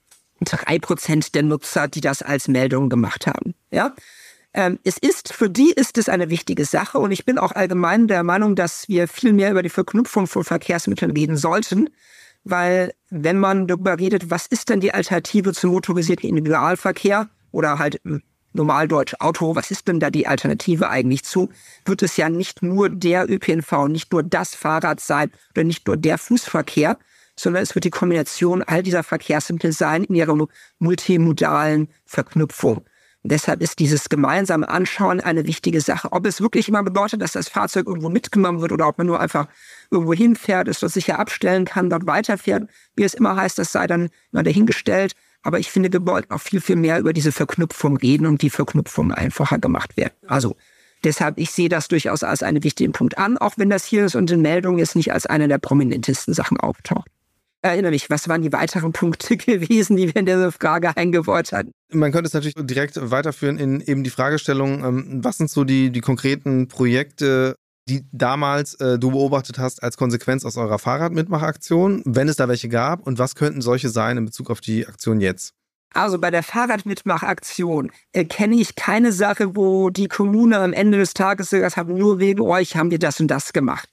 drei Prozent der Nutzer, die das als Meldung gemacht haben. Ja? Ähm, es ist, für die ist es eine wichtige Sache und ich bin auch allgemein der Meinung, dass wir viel mehr über die Verknüpfung von Verkehrsmitteln reden sollten. Weil wenn man darüber redet, was ist denn die Alternative zum motorisierten Individualverkehr oder halt Normaldeutsch Auto, was ist denn da die Alternative eigentlich zu, wird es ja nicht nur der Ö P N V, nicht nur das Fahrrad sein oder nicht nur der Fußverkehr, sondern es wird die Kombination all dieser Verkehrsmittel sein in ihrer multimodalen Verknüpfung. Und deshalb ist dieses gemeinsame Anschauen eine wichtige Sache. Ob es wirklich immer bedeutet, dass das Fahrzeug irgendwo mitgenommen wird oder ob man nur einfach irgendwo hinfährt, es dort sicher abstellen kann, dort weiterfährt, wie es immer heißt, das sei dann mal dahingestellt. Aber ich finde, wir wollten auch viel, viel mehr über diese Verknüpfung reden und die Verknüpfung einfacher gemacht werden. Also deshalb, ich sehe das durchaus als einen wichtigen Punkt an, auch wenn das hier ist und in Meldungen jetzt nicht als eine der prominentesten Sachen auftaucht. Erinnere mich, was waren die weiteren Punkte gewesen, die wir in dieser Frage eingebaut hatten? Man könnte es natürlich direkt weiterführen in eben die Fragestellung, ähm, was sind so die, die konkreten Projekte, die damals äh, du beobachtet hast als Konsequenz aus eurer Fahrradmitmachaktion, wenn es da welche gab, und was könnten solche sein in Bezug auf die Aktion jetzt? Also bei der Fahrradmitmachaktion äh, kenne ich keine Sache, wo die Kommune am Ende des Tages gesagt hat, nur wegen euch haben wir das und das gemacht.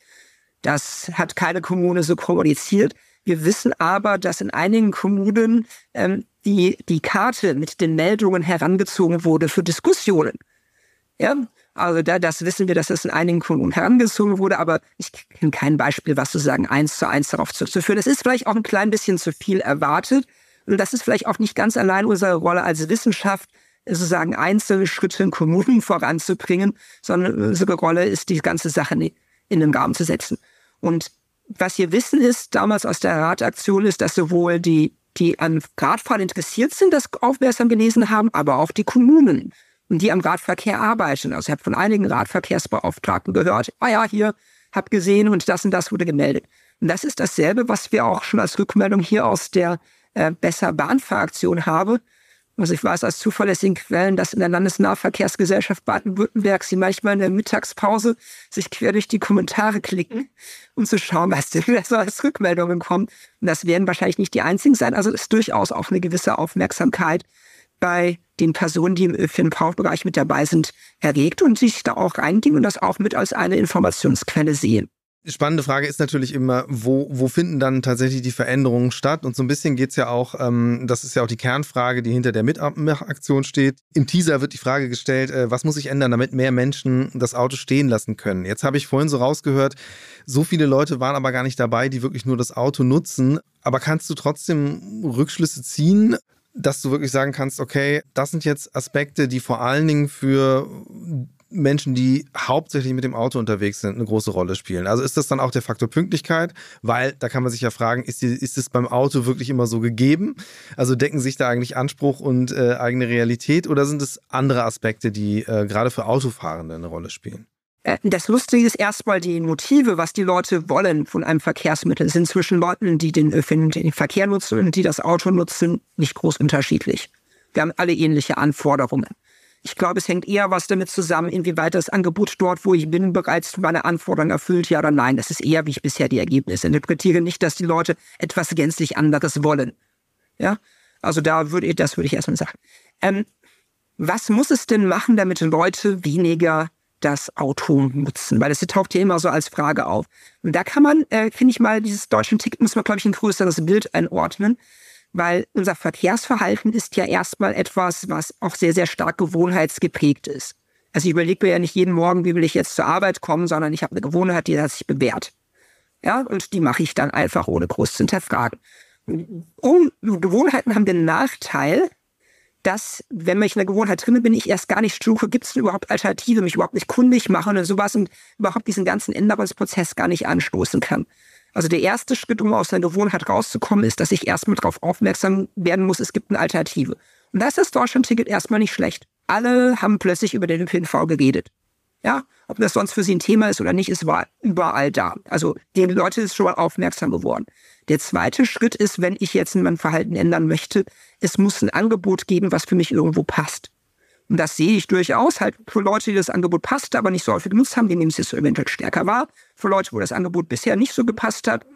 Das hat keine Kommune so kommuniziert. Wir wissen aber, dass in einigen Kommunen ähm, die, die Karte mit den Meldungen herangezogen wurde für Diskussionen. Ja, also da, das wissen wir, dass das in einigen Kommunen herangezogen wurde, aber ich kenne kein Beispiel, was sozusagen eins zu eins darauf zurückzuführen. Es ist vielleicht auch ein klein bisschen zu viel erwartet und das ist vielleicht auch nicht ganz allein unsere Rolle als Wissenschaft, sozusagen einzelne Schritte in Kommunen voranzubringen, sondern unsere Rolle ist, die ganze Sache in den Rahmen zu setzen. Und was wir wissen ist, damals aus der Radaktion ist, dass sowohl die, die an Radfahren interessiert sind, das aufmerksam gelesen haben, aber auch die Kommunen, und die am Radverkehr arbeiten. Also ich habe von einigen Radverkehrsbeauftragten gehört, ah ja, hier, hab gesehen und das und das wurde gemeldet. Und das ist dasselbe, was wir auch schon als Rückmeldung hier aus der äh, Besser Bahnfahraktion haben. Also ich weiß aus zuverlässigen Quellen, dass in der Landesnahverkehrsgesellschaft Baden-Württemberg sie manchmal in der Mittagspause sich quer durch die Kommentare klicken, um zu schauen, was denn so als Rückmeldungen kommt. Und das werden wahrscheinlich nicht die einzigen sein. Also es ist durchaus auch eine gewisse Aufmerksamkeit bei den Personen, die im Ö P N V-Bereich mit dabei sind, erregt und sich da auch reingehen und das auch mit als eine Informationsquelle sehen. Die spannende Frage ist natürlich immer, wo, wo finden dann tatsächlich die Veränderungen statt? Und so ein bisschen geht es ja auch, ähm, das ist ja auch die Kernfrage, die hinter der Mitmachaktion steht. Im Teaser wird die Frage gestellt, äh, was muss sich ändern, damit mehr Menschen das Auto stehen lassen können? Jetzt habe ich vorhin so rausgehört, so viele Leute waren aber gar nicht dabei, die wirklich nur das Auto nutzen. Aber kannst du trotzdem Rückschlüsse ziehen, dass du wirklich sagen kannst, okay, das sind jetzt Aspekte, die vor allen Dingen für Menschen, die hauptsächlich mit dem Auto unterwegs sind, eine große Rolle spielen. Also ist das dann auch der Faktor Pünktlichkeit? Weil da kann man sich ja fragen, ist, die, ist es beim Auto wirklich immer so gegeben? Also decken sich da eigentlich Anspruch und äh, eigene Realität oder sind es andere Aspekte, die äh, gerade für Autofahrende eine Rolle spielen? Das Lustige ist erstmal die Motive, was die Leute wollen von einem Verkehrsmittel, sind zwischen Leuten, die den, den Verkehr nutzen und die das Auto nutzen, nicht groß unterschiedlich. Wir haben alle ähnliche Anforderungen. Ich glaube, es hängt eher was damit zusammen, inwieweit das Angebot dort, wo ich bin, bereits meine Anforderungen erfüllt, ja oder nein. Das ist eher, wie ich bisher die Ergebnisse interpretiere, nicht, dass die Leute etwas gänzlich anderes wollen. Ja, also da würde ich, das würde ich erstmal sagen. Ähm, was muss es denn machen, damit Leute weniger das Auto nutzen? Weil das taucht hier immer so als Frage auf. Und da kann man, äh, finde ich mal, dieses Deutschland-Ticket muss man, glaube ich, ein größeres Bild einordnen. Weil unser Verkehrsverhalten ist ja erstmal etwas, was auch sehr, sehr stark gewohnheitsgeprägt ist. Also ich überlege mir ja nicht jeden Morgen, wie will ich jetzt zur Arbeit kommen, sondern ich habe eine Gewohnheit, die hat sich bewährt. Ja, und die mache ich dann einfach ohne groß zu hinterfragen. Und Gewohnheiten haben den Nachteil, dass, wenn ich in der Gewohnheit drin bin, ich erst gar nicht suche, gibt es denn überhaupt Alternative, mich überhaupt nicht kundig machen und sowas und überhaupt diesen ganzen Änderungsprozess gar nicht anstoßen kann. Also der erste Schritt, um aus der Gewohnheit rauszukommen, ist, dass ich erstmal darauf aufmerksam werden muss, es gibt eine Alternative. Und da ist das Deutschland-Ticket erstmal nicht schlecht. Alle haben plötzlich über den Ö P N V geredet. Ja, ob das sonst für sie ein Thema ist oder nicht, ist überall da. Also die Leute sind schon mal aufmerksam geworden. Der zweite Schritt ist, wenn ich jetzt mein Verhalten ändern möchte, es muss ein Angebot geben, was für mich irgendwo passt. Und das sehe ich durchaus halt für Leute, die das Angebot passt, aber nicht so häufig genutzt haben, die nehmen es jetzt eventuell stärker wahr. Für Leute, wo das Angebot bisher nicht so gepasst hat,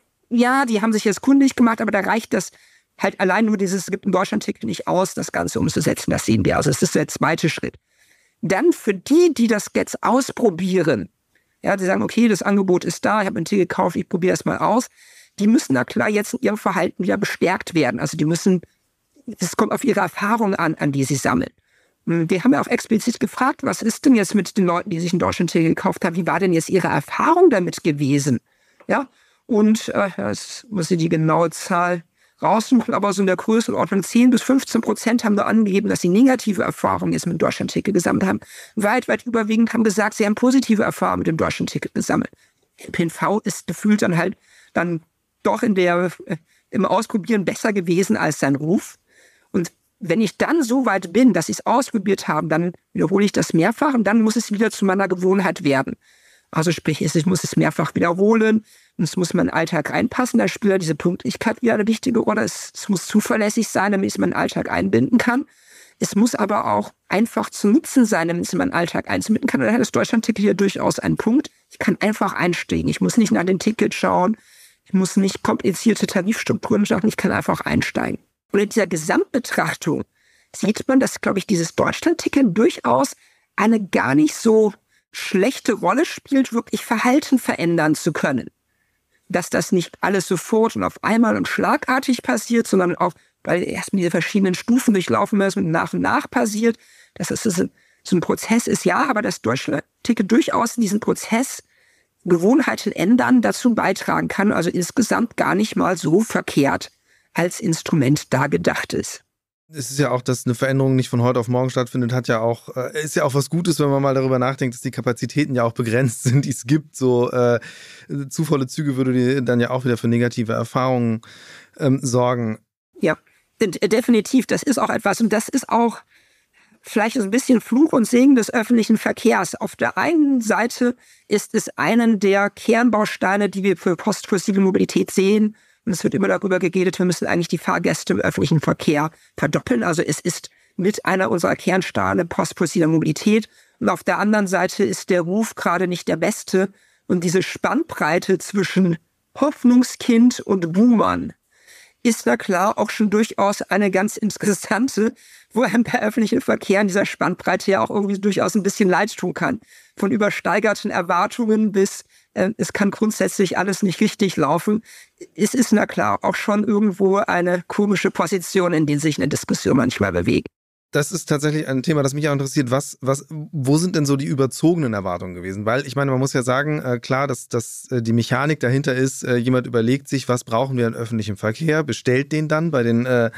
ja, die haben sich jetzt kundig gemacht, aber da reicht das halt allein nur dieses, es gibt ein Deutschland-Ticket nicht aus, das Ganze umzusetzen. Das sehen wir. Also das ist der zweite Schritt. Dann für die, die das jetzt ausprobieren, ja, die sagen, okay, das Angebot ist da, ich habe ein Ticket gekauft, ich probiere es mal aus, die müssen na klar jetzt in ihrem Verhalten wieder bestärkt werden. Also die müssen, das kommt auf ihre Erfahrung an, an die sie sammeln. Wir haben ja auch explizit gefragt, was ist denn jetzt mit den Leuten, die sich ein Deutschland-Ticket gekauft haben, wie war denn jetzt ihre Erfahrung damit gewesen? Ja, und äh, jetzt muss ich die genaue Zahl raussuchen, aber so in der Größenordnung zehn bis fünfzehn Prozent haben da angegeben, dass sie negative Erfahrungen jetzt mit dem Deutschland-Ticket gesammelt haben. Weit, weit überwiegend haben gesagt, sie haben positive Erfahrungen mit dem Deutschland-Ticket gesammelt. Der Ö P N V ist gefühlt dann halt dann doch in der, äh, im Ausprobieren besser gewesen als sein Ruf. Und wenn ich dann so weit bin, dass ich es ausprobiert habe, dann wiederhole ich das mehrfach und dann muss es wieder zu meiner Gewohnheit werden. Also sprich, ich muss es mehrfach wiederholen und es muss in meinen Alltag reinpassen. Da spielt ja diese Pünktlichkeit wieder eine wichtige Rolle. Es, es muss zuverlässig sein, damit ich es in meinen Alltag einbinden kann. Es muss aber auch einfach zu nutzen sein, damit ich es in meinen Alltag einbinden kann. Und da hat das Deutschland-Ticket hier durchaus einen Punkt. Ich kann einfach einsteigen. Ich muss nicht nach dem Ticket schauen. Ich muss nicht komplizierte Tarifstrukturen schaffen. Ich kann einfach einsteigen. Und in dieser Gesamtbetrachtung sieht man, dass, glaube ich, dieses Deutschland-Ticket durchaus eine gar nicht so schlechte Rolle spielt, wirklich Verhalten verändern zu können. Dass das nicht alles sofort und auf einmal und schlagartig passiert, sondern auch, weil erstmal diese verschiedenen Stufen durchlaufen müssen und nach und nach passiert, dass das so ein Prozess ist, ja, aber das Deutschland-Ticket durchaus in diesem Prozess Gewohnheiten ändern dazu beitragen kann, also insgesamt gar nicht mal so verkehrt als Instrument da gedacht ist. Es ist ja auch, dass eine Veränderung nicht von heute auf morgen stattfindet, hat ja auch, äh, ist ja auch was Gutes, wenn man mal darüber nachdenkt, dass die Kapazitäten ja auch begrenzt sind, die es gibt. So äh, zu volle Züge würde die dann ja auch wieder für negative Erfahrungen ähm, sorgen. Ja, definitiv. Das ist auch etwas und das ist auch vielleicht so ein bisschen Fluch und Segen des öffentlichen Verkehrs. Auf der einen Seite ist es einen der Kernbausteine, die wir für postfossile Mobilität sehen. Und es wird immer darüber geredet, wir müssen eigentlich die Fahrgäste im öffentlichen Verkehr verdoppeln. Also es ist mit einer unserer Kernsteine postfossiler Mobilität. Und auf der anderen Seite ist der Ruf gerade nicht der beste. Und diese Spannbreite zwischen Hoffnungskind und Boomern ist na klar auch schon durchaus eine ganz interessante, wo einem der öffentliche Verkehr in dieser Spannbreite ja auch irgendwie durchaus ein bisschen leid tun kann. Von übersteigerten Erwartungen bis äh, es kann grundsätzlich alles nicht richtig laufen. Es ist na klar auch schon irgendwo eine komische Position, in der sich eine Diskussion manchmal bewegt. Das ist tatsächlich ein Thema, das mich auch interessiert. Was, was, wo sind denn so die überzogenen Erwartungen gewesen? Weil ich meine, man muss ja sagen, äh, klar, dass, dass äh, die Mechanik dahinter ist, äh, jemand überlegt sich, was brauchen wir an öffentlichem Verkehr, bestellt den dann bei den äh,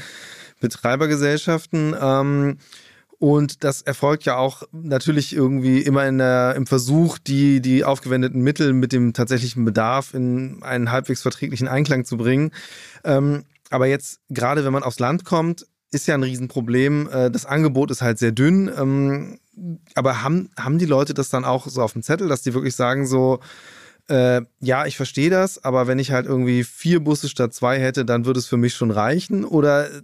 Betreibergesellschaften. Ähm, und das erfolgt ja auch natürlich irgendwie immer in der, im Versuch, die, die aufgewendeten Mittel mit dem tatsächlichen Bedarf in einen halbwegs verträglichen Einklang zu bringen. Ähm, aber jetzt, gerade wenn man aufs Land kommt, ist ja ein Riesenproblem. Das Angebot ist halt sehr dünn. Aber haben, haben die Leute das dann auch so auf dem Zettel, dass die wirklich sagen so, äh, ja, ich verstehe das, aber wenn ich halt irgendwie vier Busse statt zwei hätte, dann würde es für mich schon reichen? Oder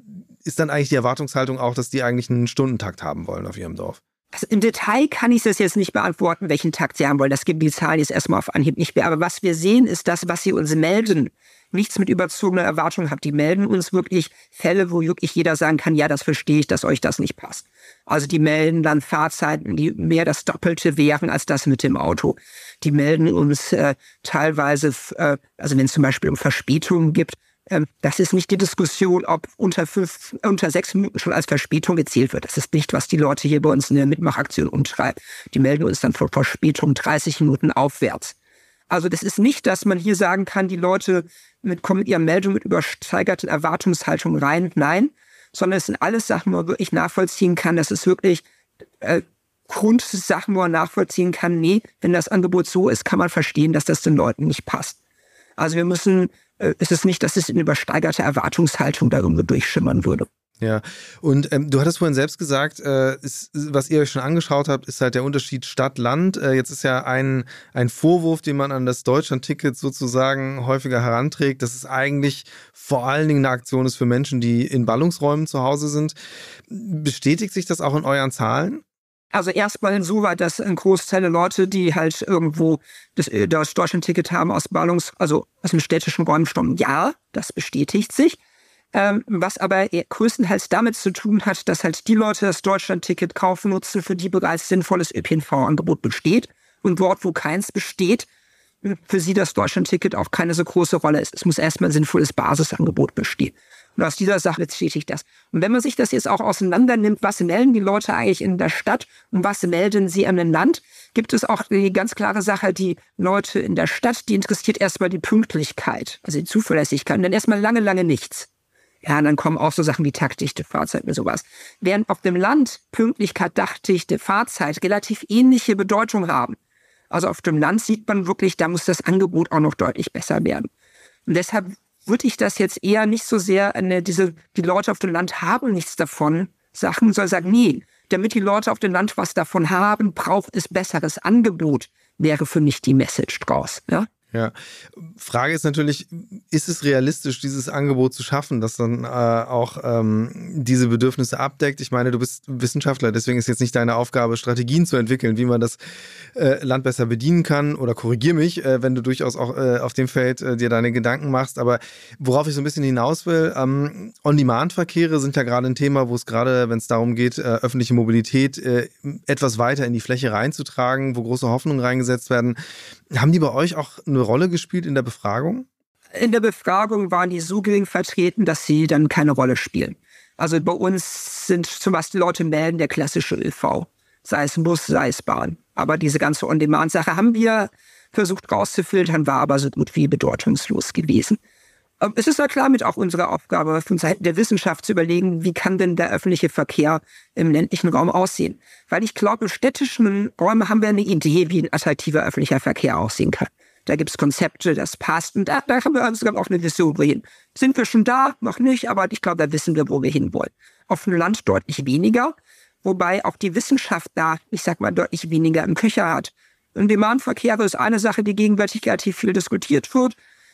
ist dann eigentlich die Erwartungshaltung auch, dass die eigentlich einen Stundentakt haben wollen auf ihrem Dorf? Also im Detail kann ich das jetzt nicht beantworten, welchen Takt sie haben wollen. Das gibt die Zahlen jetzt erstmal auf Anhieb nicht mehr. Aber was wir sehen, ist das, was sie uns melden. Nichts mit überzogener Erwartung hat. Die melden uns wirklich Fälle, wo wirklich jeder sagen kann, ja, das verstehe ich, dass euch das nicht passt. Also die melden dann Fahrzeiten, die mehr das Doppelte wären als das mit dem Auto. Die melden uns äh, teilweise, äh, also wenn es zum Beispiel um Verspätungen gibt, ähm, das ist nicht die Diskussion, ob unter fünf, unter sechs Minuten schon als Verspätung gezählt wird. Das ist nicht, was die Leute hier bei uns in der Mitmachaktion umtreibt. Die melden uns dann vor Verspätung dreißig Minuten aufwärts. Also das ist nicht, dass man hier sagen kann, die Leute mit, kommen mit ihrer Meldung mit übersteigerten Erwartungshaltung rein. Nein, sondern es sind alles Sachen, wo man wirklich nachvollziehen kann. Das ist wirklich äh, Grundsachen, wo man nachvollziehen kann. Nee, wenn das Angebot so ist, kann man verstehen, dass das den Leuten nicht passt. Also wir müssen, äh, es ist nicht, dass es in übersteigerter Erwartungshaltung da irgendwo durchschimmern würde. Ja, und ähm, du hattest vorhin selbst gesagt, äh, ist, was ihr euch schon angeschaut habt, ist halt der Unterschied Stadt-Land. Äh, jetzt ist ja ein, ein Vorwurf, den man an das Deutschland-Ticket sozusagen häufiger heranträgt, dass es eigentlich vor allen Dingen eine Aktion ist für Menschen, die in Ballungsräumen zu Hause sind. Bestätigt sich das auch in euren Zahlen? Also erstmal insoweit, dass ein Großteil der Leute, die halt irgendwo das, das Deutschland-Ticket haben aus Ballungs-, also aus den städtischen Räumen stammen, ja, das bestätigt sich. Ähm, was aber größtenteils damit zu tun hat, dass halt die Leute das Deutschland-Ticket kaufen, nutzen, für die bereits sinnvolles Ö P N V-Angebot besteht. Und dort, wo keins besteht, für sie das Deutschland-Ticket auch keine so große Rolle ist. Es muss erstmal ein sinnvolles Basisangebot bestehen. Und aus dieser Sache bestätigt das. Und wenn man sich das jetzt auch auseinander nimmt, was melden die Leute eigentlich in der Stadt und was melden sie an dem Land, gibt es auch die ganz klare Sache, die Leute in der Stadt, die interessiert erstmal die Pünktlichkeit, also die Zuverlässigkeit, und dann erstmal lange, lange nichts. Ja, und dann kommen auch so Sachen wie taktdichte Fahrzeit und sowas. Während auf dem Land Pünktlichkeit, taktdichte Fahrzeit relativ ähnliche Bedeutung haben. Also auf dem Land sieht man wirklich, da muss das Angebot auch noch deutlich besser werden. Und deshalb würde ich das jetzt eher nicht so sehr an diese, die Leute auf dem Land haben nichts davon, Sachen, sondern sagen, nee, damit die Leute auf dem Land was davon haben, braucht es besseres Angebot, wäre für mich die Message draus, ja. Ja, Frage ist natürlich, ist es realistisch, dieses Angebot zu schaffen, das dann äh, auch ähm, diese Bedürfnisse abdeckt? Ich meine, du bist Wissenschaftler, deswegen ist jetzt nicht deine Aufgabe, Strategien zu entwickeln, wie man das äh, Land besser bedienen kann. Oder korrigier mich, äh, wenn du durchaus auch äh, auf dem Feld äh, dir deine Gedanken machst. Aber worauf ich so ein bisschen hinaus will, ähm, On-Demand-Verkehre sind ja gerade ein Thema, wo es gerade, wenn es darum geht, äh, öffentliche Mobilität äh, etwas weiter in die Fläche reinzutragen, wo große Hoffnungen reingesetzt werden. Haben die bei euch auch eine Rolle gespielt in der Befragung? In der Befragung waren die so gering vertreten, dass sie dann keine Rolle spielen. Also bei uns sind zum Beispiel Leute melden der klassische Ö V, sei es Bus, sei es Bahn. Aber diese ganze On-Demand-Sache haben wir versucht rauszufiltern, war aber so gut wie bedeutungslos gewesen. Es ist ja klar mit auch unserer Aufgabe von Seiten der Wissenschaft zu überlegen, wie kann denn der öffentliche Verkehr im ländlichen Raum aussehen? Weil ich glaube, im städtischen Räumen haben wir eine Idee, wie ein attraktiver öffentlicher Verkehr aussehen kann. Da gibt es Konzepte, das passt. Und da, da haben wir insgesamt auch eine Vision, wohin. Sind wir schon da? Noch nicht, aber ich glaube, da wissen wir, wo wir hinwollen. Auf dem Land deutlich weniger, wobei auch die Wissenschaft da, ich sag mal, deutlich weniger im Köcher hat. Im On-Demand-Verkehr ist eine Sache, die gegenwärtig relativ viel diskutiert wird.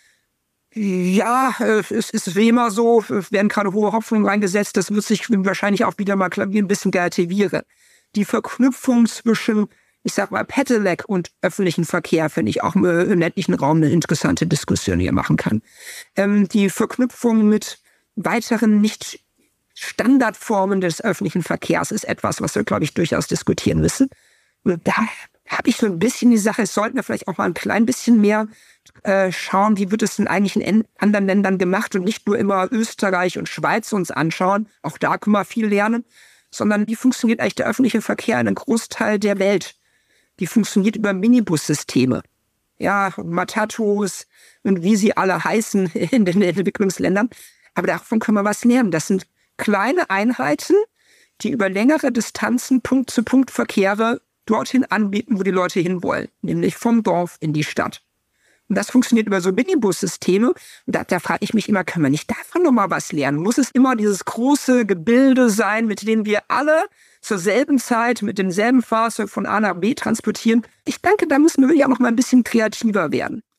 Ja, es ist wie immer so, es werden gerade hohe Hoffnungen reingesetzt, das wird sich wahrscheinlich auch wieder mal ein bisschen relativieren. Die Verknüpfung zwischen, ich sag mal, Pedelec und öffentlichen Verkehr finde ich auch im ländlichen Raum eine interessante Diskussion, die man machen kann. Ähm, die Verknüpfung mit weiteren nicht Standardformen des öffentlichen Verkehrs ist etwas, was wir, glaube ich, durchaus diskutieren müssen. Und da habe ich so ein bisschen die Sache, es sollten wir vielleicht auch mal ein klein bisschen mehr äh, schauen, wie wird es denn eigentlich in anderen Ländern gemacht und nicht nur immer Österreich und Schweiz uns anschauen, auch da können wir viel lernen, sondern wie funktioniert eigentlich der öffentliche Verkehr in einem Großteil der Welt? Die funktioniert über Minibus-Systeme. Ja, Matatus und wie sie alle heißen in den Entwicklungsländern. Aber davon können wir was lernen. Das sind kleine Einheiten, die über längere Distanzen Punkt-zu-Punkt-Verkehre dorthin anbieten, wo die Leute hinwollen, nämlich vom Dorf in die Stadt. Und das funktioniert über so Minibus-Systeme. Und da, da frage ich mich immer, können wir nicht davon nochmal was lernen? Muss es immer dieses große Gebilde sein, mit dem wir alle zur selben Zeit mit demselben Fahrzeug von A nach B transportieren? Ich denke, da müssen wir wirklich auch noch mal ein bisschen kreativer werden.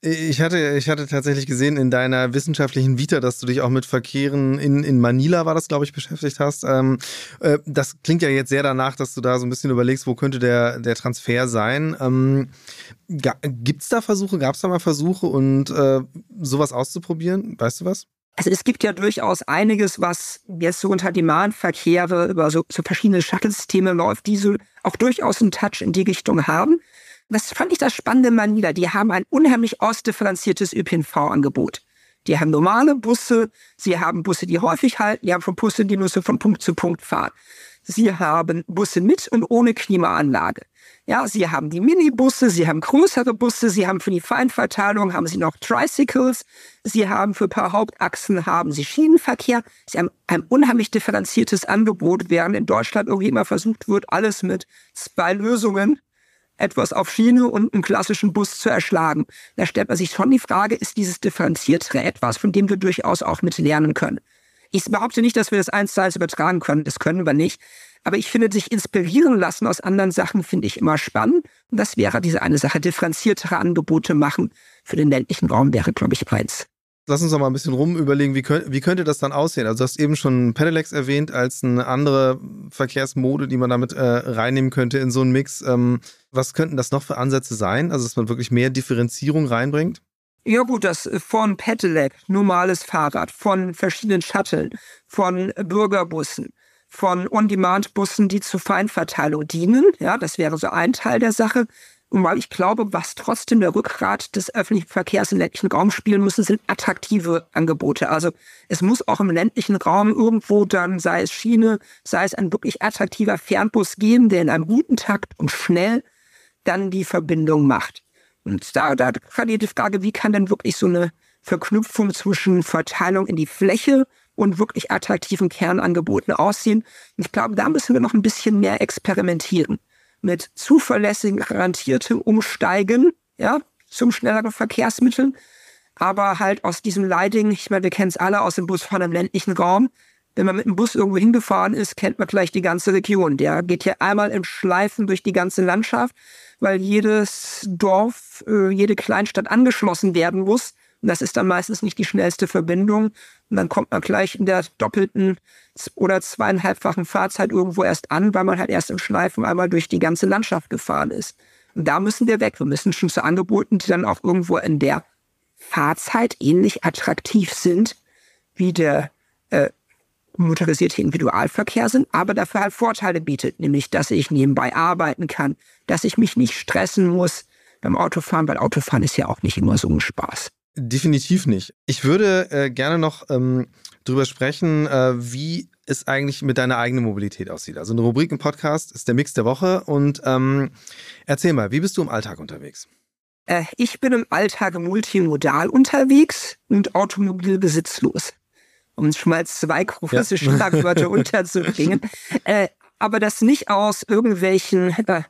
Ich hatte, ich hatte tatsächlich gesehen in deiner wissenschaftlichen Vita, dass du dich auch mit Verkehren in, in Manila, war das, glaube ich, beschäftigt hast. Ähm, äh, das klingt ja jetzt sehr danach, dass du da so ein bisschen überlegst, wo könnte der, der Transfer sein. Ähm, Gibt es da Versuche, gab es da mal Versuche und äh, sowas auszuprobieren? Weißt du was? Also es gibt ja durchaus einiges, was jetzt so unter Demand-Verkehre über so, so verschiedene Shuttle-Systeme läuft, die so auch durchaus einen Touch in die Richtung haben. Das fand ich das Spannende in Manila. Die haben ein unheimlich ausdifferenziertes Ö P N V-Angebot. Die haben normale Busse, sie haben Busse, die häufig halten, die haben schon Busse, die nur so von Punkt zu Punkt fahren. Sie haben Busse mit und ohne Klimaanlage. Ja, sie haben die Minibusse, sie haben größere Busse, sie haben für die Feinverteilung haben sie noch Tricycles, sie haben für ein paar Hauptachsen haben sie Schienenverkehr. Sie haben ein unheimlich differenziertes Angebot, während in Deutschland irgendwie immer versucht wird, alles mit zwei Lösungen, etwas auf Schiene und einen klassischen Bus zu erschlagen. Da stellt man sich schon die Frage, ist dieses Differenziertere etwas, von dem wir durchaus auch mit lernen können? Ich behaupte nicht, dass wir das eins zu eins übertragen können, das können wir nicht. Aber ich finde, sich inspirieren lassen aus anderen Sachen finde ich immer spannend. Und das wäre diese eine Sache, differenziertere Angebote machen für den ländlichen Raum wäre, glaube ich, eins. Lass uns noch mal ein bisschen rum überlegen, wie, könnt, wie könnte das dann aussehen? Also du hast eben schon Pedelecs erwähnt als eine andere Verkehrsmode, die man damit äh, reinnehmen könnte in so einen Mix. Ähm, was könnten das noch für Ansätze sein? Also dass man wirklich mehr Differenzierung reinbringt? Ja gut, das von Pedelec, normales Fahrrad, von verschiedenen Shuttlen, von Bürgerbussen, von On-Demand-Bussen, die zur Feinverteilung dienen. Ja, das wäre so ein Teil der Sache. Und weil ich glaube, was trotzdem der Rückgrat des öffentlichen Verkehrs im ländlichen Raum spielen müssen, sind attraktive Angebote. Also es muss auch im ländlichen Raum irgendwo dann, sei es Schiene, sei es ein wirklich attraktiver Fernbus geben, der in einem guten Takt und schnell dann die Verbindung macht. Und da, da kann die Frage, wie kann denn wirklich so eine Verknüpfung zwischen Verteilung in die Fläche und wirklich attraktiven Kernangeboten aussehen? Und ich glaube, da müssen wir noch ein bisschen mehr experimentieren. Mit zuverlässigen, garantiertem Umsteigen, ja, zum schnelleren Verkehrsmittel. Aber halt aus diesem Leiding, ich meine, wir kennen es alle aus dem Busfahren im ländlichen Raum. Wenn man mit dem Bus irgendwo hingefahren ist, kennt man gleich die ganze Region. Der geht hier einmal im Schleifen durch die ganze Landschaft, weil jedes Dorf, jede Kleinstadt angeschlossen werden muss. Und das ist dann meistens nicht die schnellste Verbindung. Und dann kommt man gleich in der doppelten oder zweieinhalbfachen Fahrzeit irgendwo erst an, weil man halt erst im Schleifen einmal durch die ganze Landschaft gefahren ist. Und da müssen wir weg. Wir müssen schon zu Angeboten, die dann auch irgendwo in der Fahrzeit ähnlich attraktiv sind wie der äh, motorisierte Individualverkehr sind, aber dafür halt Vorteile bietet. Nämlich, dass ich nebenbei arbeiten kann, dass ich mich nicht stressen muss beim Autofahren, weil Autofahren ist ja auch nicht immer so ein Spaß. Definitiv nicht. Ich würde äh, gerne noch ähm, drüber sprechen, äh, wie es eigentlich mit deiner eigenen Mobilität aussieht. Also eine Rubrik im Podcast ist der Mix der Woche und ähm, erzähl mal, wie bist du im Alltag unterwegs? Äh, ich bin im Alltag multimodal unterwegs und automobilbesitzlos. Um schon mal zwei große ja. Schlagwörter unterzubringen. Äh, aber das nicht aus irgendwelchen äh,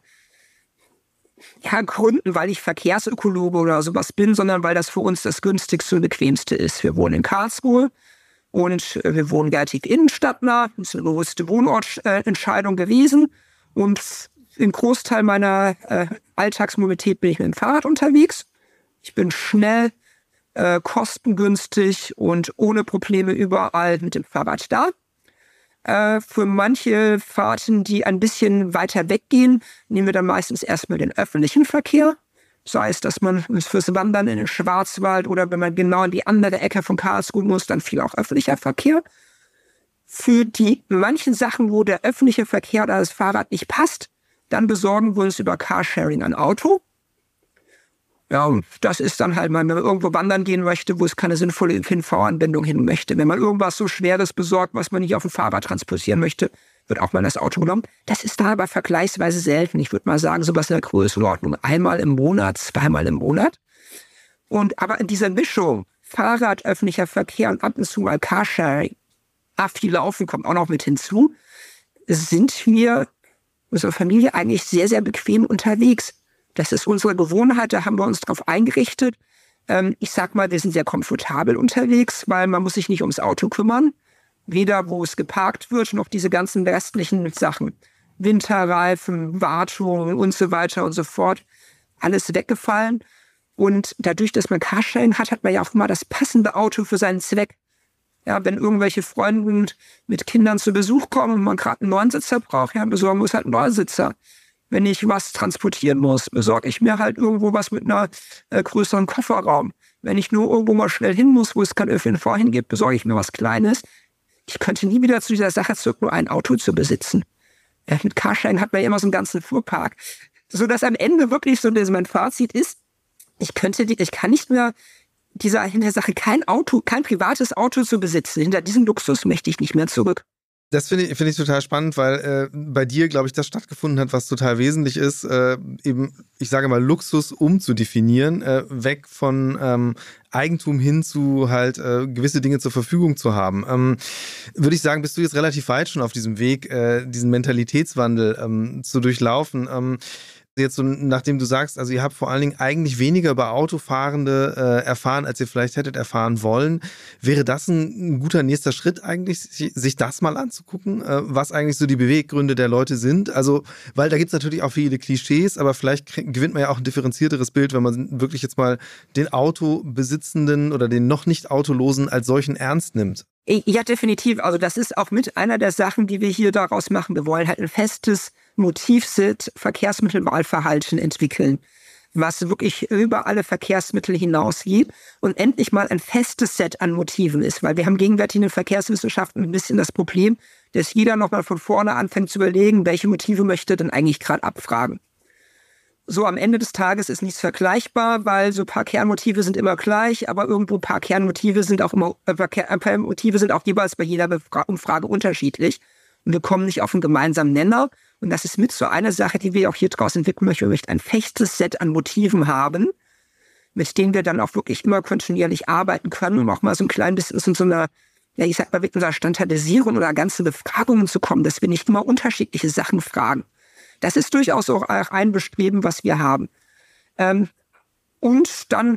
ja, Gründen, weil ich Verkehrsökologe oder sowas bin, sondern weil das für uns das günstigste und bequemste ist. Wir wohnen in Karlsruhe und äh, wir wohnen relativ innenstadtnah. Das ist eine bewusste Wohnortentscheidung äh, gewesen. Und im Großteil meiner äh, Alltagsmobilität bin ich mit dem Fahrrad unterwegs. Ich bin schnell, äh, kostengünstig und ohne Probleme überall mit dem Fahrrad da. Äh, für manche Fahrten, die ein bisschen weiter weggehen, nehmen wir dann meistens erstmal den öffentlichen Verkehr. Sei es, dass man fürs Wandern in den Schwarzwald oder wenn man genau in die andere Ecke von Karlsruhe muss, dann viel auch öffentlicher Verkehr. Für die manchen Sachen, wo der öffentliche Verkehr oder das Fahrrad nicht passt, dann besorgen wir uns über Carsharing ein Auto. Ja, und das ist dann halt mal, wenn man irgendwo wandern gehen möchte, wo es keine sinnvolle Ö P N V-Anbindung hin möchte. Wenn man irgendwas so Schweres besorgt, was man nicht auf dem Fahrrad transportieren möchte, wird auch mal das Auto genommen. Das ist da aber vergleichsweise selten. Ich würde mal sagen, sowas in der Größenordnung. Einmal im Monat, zweimal im Monat. Und aber in dieser Mischung, Fahrrad, öffentlicher Verkehr und ab und zu mal Carsharing, ah, viel Laufen kommt auch noch mit hinzu, sind wir, unsere Familie, eigentlich sehr, sehr bequem unterwegs. Das ist unsere Gewohnheit, da haben wir uns drauf eingerichtet. Ähm, ich sag mal, wir sind sehr komfortabel unterwegs, weil man muss sich nicht ums Auto kümmern. Weder wo es geparkt wird, noch diese ganzen restlichen Sachen. Winterreifen, Wartung und so weiter und so fort. Alles weggefallen. Und dadurch, dass man Carsharing hat, hat man ja auch immer das passende Auto für seinen Zweck. Ja, wenn irgendwelche Freunde mit Kindern zu Besuch kommen und man gerade einen Neunsitzer braucht, ja, besorgen muss halt einen Neusitzer. Wenn ich was transportieren muss, besorge ich mir halt irgendwo was mit einer äh, größeren Kofferraum. Wenn ich nur irgendwo mal schnell hin muss, wo es kein Ö P N V hingibt, besorge ich mir was Kleines. Ich könnte nie wieder zu dieser Sache zurück, nur ein Auto zu besitzen. Ja, mit Carsharing hat man ja immer so einen ganzen Fuhrpark. Sodass am Ende wirklich so mein Fazit ist, ich könnte, ich kann nicht mehr dieser hinter Sache kein Auto, kein privates Auto zu besitzen. Hinter diesem Luxus möchte ich nicht mehr zurück. Das finde ich, finde ich total spannend, weil äh, bei dir, glaube ich, das stattgefunden hat, was total wesentlich ist, äh, eben, ich sage mal, Luxus umzudefinieren, äh, weg von ähm, Eigentum hin zu halt äh, gewisse Dinge zur Verfügung zu haben. Ähm, würde ich sagen, bist du jetzt relativ weit schon auf diesem Weg, äh, diesen Mentalitätswandel ähm, zu durchlaufen. Ähm, Jetzt so, nachdem du sagst, also ihr habt vor allen Dingen eigentlich weniger über Autofahrende äh, erfahren, als ihr vielleicht hättet erfahren wollen. Wäre das ein, ein guter nächster Schritt eigentlich, sich, sich das mal anzugucken, äh, was eigentlich so die Beweggründe der Leute sind? Also, weil da gibt es natürlich auch viele Klischees, aber vielleicht krieg, gewinnt man ja auch ein differenzierteres Bild, wenn man wirklich jetzt mal den Autobesitzenden oder den noch nicht Autolosen als solchen ernst nimmt. Ja, definitiv. Also das ist auch mit einer der Sachen, die wir hier daraus machen. Wir wollen halt ein festes Motivset Verkehrsmittelwahlverhalten entwickeln, was wirklich über alle Verkehrsmittel hinausgeht und endlich mal ein festes Set an Motiven ist. Weil wir haben gegenwärtig in den Verkehrswissenschaften ein bisschen das Problem, dass jeder nochmal von vorne anfängt zu überlegen, welche Motive möchte denn eigentlich gerade abfragen. So am Ende des Tages ist nichts vergleichbar, weil so ein paar Kernmotive sind immer gleich, aber irgendwo ein paar Kernmotive sind auch immer, äh, ein paar Motive sind auch jeweils bei jeder Befra- Umfrage unterschiedlich. Und wir kommen nicht auf einen gemeinsamen Nenner. Und das ist mit so einer Sache, die wir auch hier draußen entwickeln möchten. Wir möchten ein festes Set an Motiven haben, mit denen wir dann auch wirklich immer kontinuierlich arbeiten können, um auch mal so ein klein bisschen in so einer, ja, ich sag mal, mit unserer Standardisierung oder ganzen Befragungen zu kommen, dass wir nicht immer unterschiedliche Sachen fragen. Das ist durchaus auch ein Bestreben, was wir haben. Ähm, und dann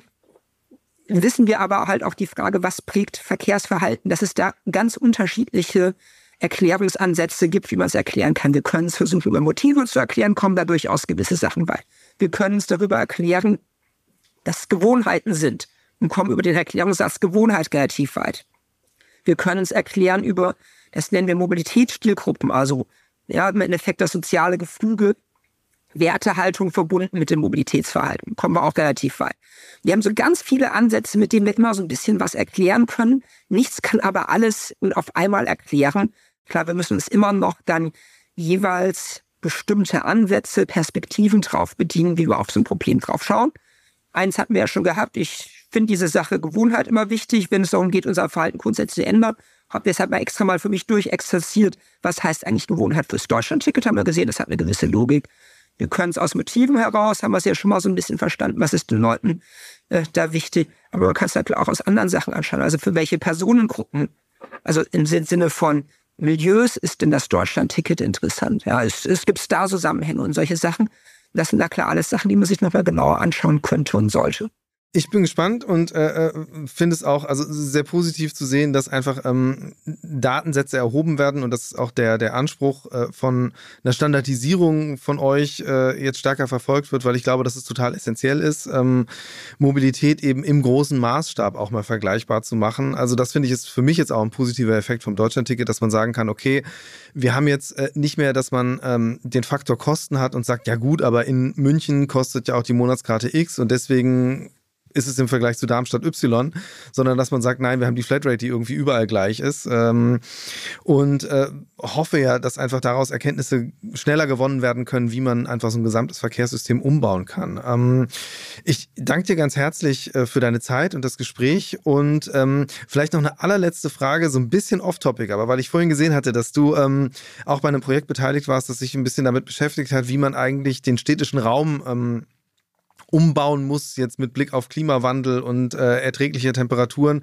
wissen wir aber halt auch die Frage, was prägt Verkehrsverhalten, dass es da ganz unterschiedliche Erklärungsansätze gibt, wie man es erklären kann. Wir können es versuchen, über Motive zu erklären, kommen da durchaus gewisse Sachen bei. Wir können es darüber erklären, dass es Gewohnheiten sind und kommen über den Erklärungssatz Gewohnheit relativ weit. Wir können es erklären über, das nennen wir Mobilitätsstilgruppen, also ja, im Endeffekt das soziale Gefüge, Wertehaltung verbunden mit dem Mobilitätsverhalten. Kommen wir auch relativ weit. Wir haben so ganz viele Ansätze, mit denen wir immer so ein bisschen was erklären können. Nichts kann aber alles und auf einmal erklären. Klar, wir müssen uns immer noch dann jeweils bestimmte Ansätze, Perspektiven drauf bedienen, wie wir auf so ein Problem drauf schauen. Eins hatten wir ja schon gehabt. Ich finde diese Sache Gewohnheit immer wichtig, wenn es darum geht, unser Verhalten grundsätzlich zu ändern. Habe deshalb mal extra mal für mich durchexerziert, was heißt eigentlich Gewohnheit fürs Deutschland-Ticket, haben wir gesehen, das hat eine gewisse Logik. Wir können es aus Motiven heraus, haben wir es ja schon mal so ein bisschen verstanden, was ist den Leuten äh, da wichtig. Aber man kann es natürlich auch aus anderen Sachen anschauen, also für welche Personengruppen, also im Sinne von Milieus ist denn das Deutschland-Ticket interessant. Ja, es, es gibt da Zusammenhänge und solche Sachen. Das sind da klar alles Sachen, die man sich nochmal genauer anschauen könnte und sollte. Ich bin gespannt und äh, finde es auch also sehr positiv zu sehen, dass einfach ähm, Datensätze erhoben werden und dass auch der, der Anspruch äh, von einer Standardisierung von euch äh, jetzt stärker verfolgt wird, weil ich glaube, dass es total essentiell ist, ähm, Mobilität eben im großen Maßstab auch mal vergleichbar zu machen. Also das finde ich ist für mich jetzt auch ein positiver Effekt vom Deutschlandticket, dass man sagen kann, okay, wir haben jetzt äh, nicht mehr, dass man ähm, den Faktor Kosten hat und sagt, ja gut, aber in München kostet ja auch die Monatskarte X und deswegen ist es im Vergleich zu Darmstadt Y, sondern dass man sagt, nein, wir haben die Flatrate, die irgendwie überall gleich ist ähm, und äh, hoffe ja, dass einfach daraus Erkenntnisse schneller gewonnen werden können, wie man einfach so ein gesamtes Verkehrssystem umbauen kann. Ähm, ich danke dir ganz herzlich äh, für deine Zeit und das Gespräch und ähm, vielleicht noch eine allerletzte Frage, so ein bisschen off-topic, aber weil ich vorhin gesehen hatte, dass du ähm, auch bei einem Projekt beteiligt warst, das sich ein bisschen damit beschäftigt hat, wie man eigentlich den städtischen Raum ähm, umbauen muss, jetzt mit Blick auf Klimawandel und äh, erträgliche Temperaturen.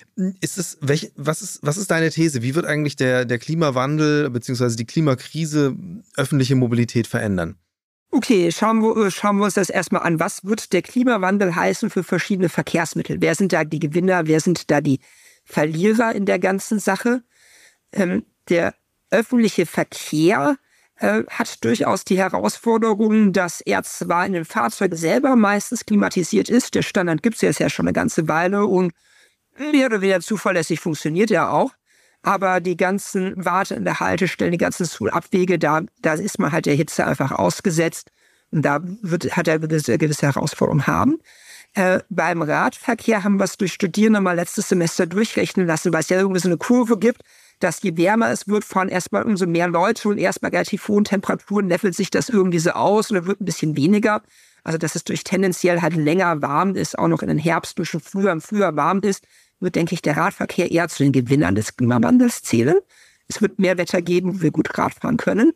Ist es, welch, was ist, was ist deine These? Wie wird eigentlich der, der Klimawandel bzw. die Klimakrise öffentliche Mobilität verändern? Okay, schauen wir, schauen wir uns das erstmal an. Was wird der Klimawandel heißen für verschiedene Verkehrsmittel? Wer sind da die Gewinner? Wer sind da die Verlierer in der ganzen Sache? Ähm, der öffentliche Verkehr äh, hat durchaus die Herausforderung, dass er zwar in dem Fahrzeug selber meistens klimatisiert ist, der Standard gibt es jetzt ja schon eine ganze Weile und mehr oder weniger zuverlässig funktioniert er auch, aber die ganzen Warte in der Haltestelle, die ganzen Abwege, da, da ist man halt der Hitze einfach ausgesetzt und da wird, hat er eine gewisse Herausforderung haben. Äh, beim Radverkehr haben wir es durch Studierende mal letztes Semester durchrechnen lassen, weil es ja irgendwie so eine Kurve gibt, dass je wärmer es wird, fahren erstmal umso mehr Leute und erst bei relativ hohen Temperaturen levelt sich das irgendwie so aus oder wird ein bisschen weniger. Also dass es durch tendenziell halt länger warm ist, auch noch in den Herbst, durch früher und früher warm ist, wird, denke ich, der Radverkehr eher zu den Gewinnern des Klimawandels zählen. Es wird mehr Wetter geben, wo wir gut Rad fahren können.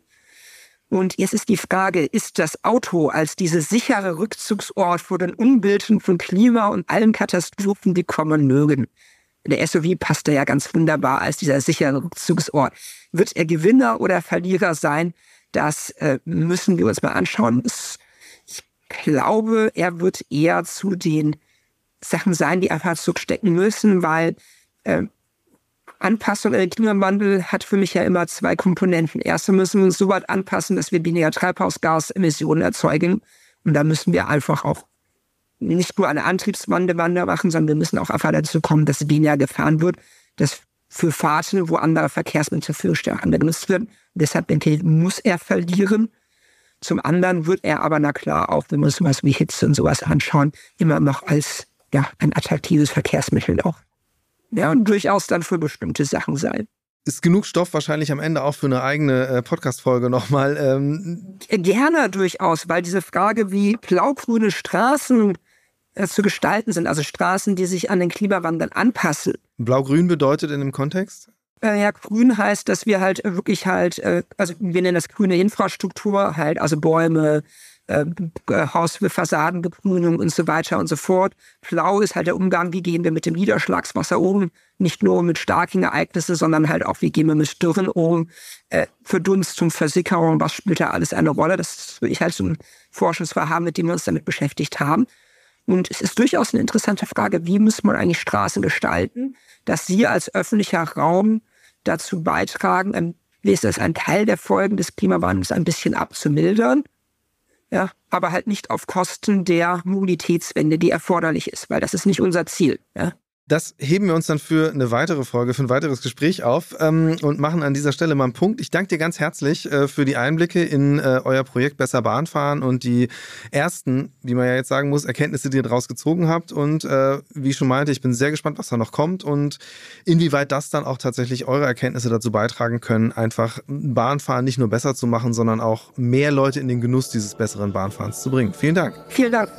Und jetzt ist die Frage, ist das Auto als diese sichere Rückzugsort vor den Unbilden von Klima und allen Katastrophen, die kommen mögen? Der S U V passt da ja ganz wunderbar als dieser sichere Rückzugsort. Wird er Gewinner oder Verlierer sein? Das äh, müssen wir uns mal anschauen. Ich glaube, er wird eher zu den Sachen sein, die einfach zurückstecken müssen, weil äh, Anpassung an den Klimawandel hat für mich ja immer zwei Komponenten. Erstens müssen wir uns so weit anpassen, dass wir weniger Treibhausgasemissionen erzeugen. Und da müssen wir einfach auch nicht nur eine Antriebswandel machen, sondern wir müssen auch einfach dazu kommen, dass weniger gefahren wird, dass für Fahrten, wo andere Verkehrsmittel für stärker genutzt werden. Deshalb denke ich, muss er verlieren. Zum anderen wird er aber, na klar, auch wenn wir uns sowas wie Hitze und sowas anschauen, immer noch als ja, ein attraktives Verkehrsmittel auch. Ja, und durchaus dann für bestimmte Sachen sein. Ist genug Stoff wahrscheinlich am Ende auch für eine eigene äh, Podcast-Folge nochmal. Ähm. Gerne durchaus, weil diese Frage, wie blau-grüne Straßen äh, zu gestalten sind, also Straßen, die sich an den Klimawandel anpassen. Blau-grün bedeutet in dem Kontext? Äh, ja, grün heißt, dass wir halt wirklich halt, äh, also wir nennen das grüne Infrastruktur, halt, also Bäume, Äh, Hausfassadenbegrünung und so weiter und so fort. Blau ist halt der Umgang, wie gehen wir mit dem Niederschlagswasser um, nicht nur mit starken Ereignissen, sondern halt auch, wie gehen wir mit Dürren um, äh, Verdunstung, Versickerung, was spielt da alles eine Rolle? Das ist wirklich halt so ein Forschungsvorhaben, mit dem wir uns damit beschäftigt haben. Und es ist durchaus eine interessante Frage, wie muss man eigentlich Straßen gestalten, dass sie als öffentlicher Raum dazu beitragen, ein, wie ist das, ein Teil der Folgen des Klimawandels ein bisschen abzumildern. Ja, aber halt nicht auf Kosten der Mobilitätswende, die erforderlich ist, weil das ist nicht unser Ziel. Ja. Das heben wir uns dann für eine weitere Folge, für ein weiteres Gespräch auf ähm, und machen an dieser Stelle mal einen Punkt. Ich danke dir ganz herzlich äh, für die Einblicke in äh, euer Projekt Besser Bahn fahren und die ersten, wie man ja jetzt sagen muss, Erkenntnisse, die ihr daraus gezogen habt. Und äh, wie ich schon meinte, ich bin sehr gespannt, was da noch kommt und inwieweit das dann auch tatsächlich eure Erkenntnisse dazu beitragen können, einfach Bahnfahren nicht nur besser zu machen, sondern auch mehr Leute in den Genuss dieses besseren Bahnfahrens zu bringen. Vielen Dank. Vielen Dank.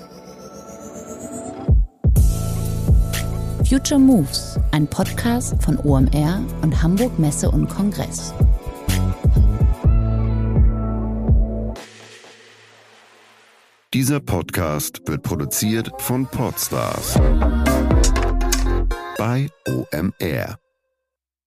Future Moves, ein Podcast von O M R und Hamburg Messe und Kongress. Dieser Podcast wird produziert von Podstars bei O M R.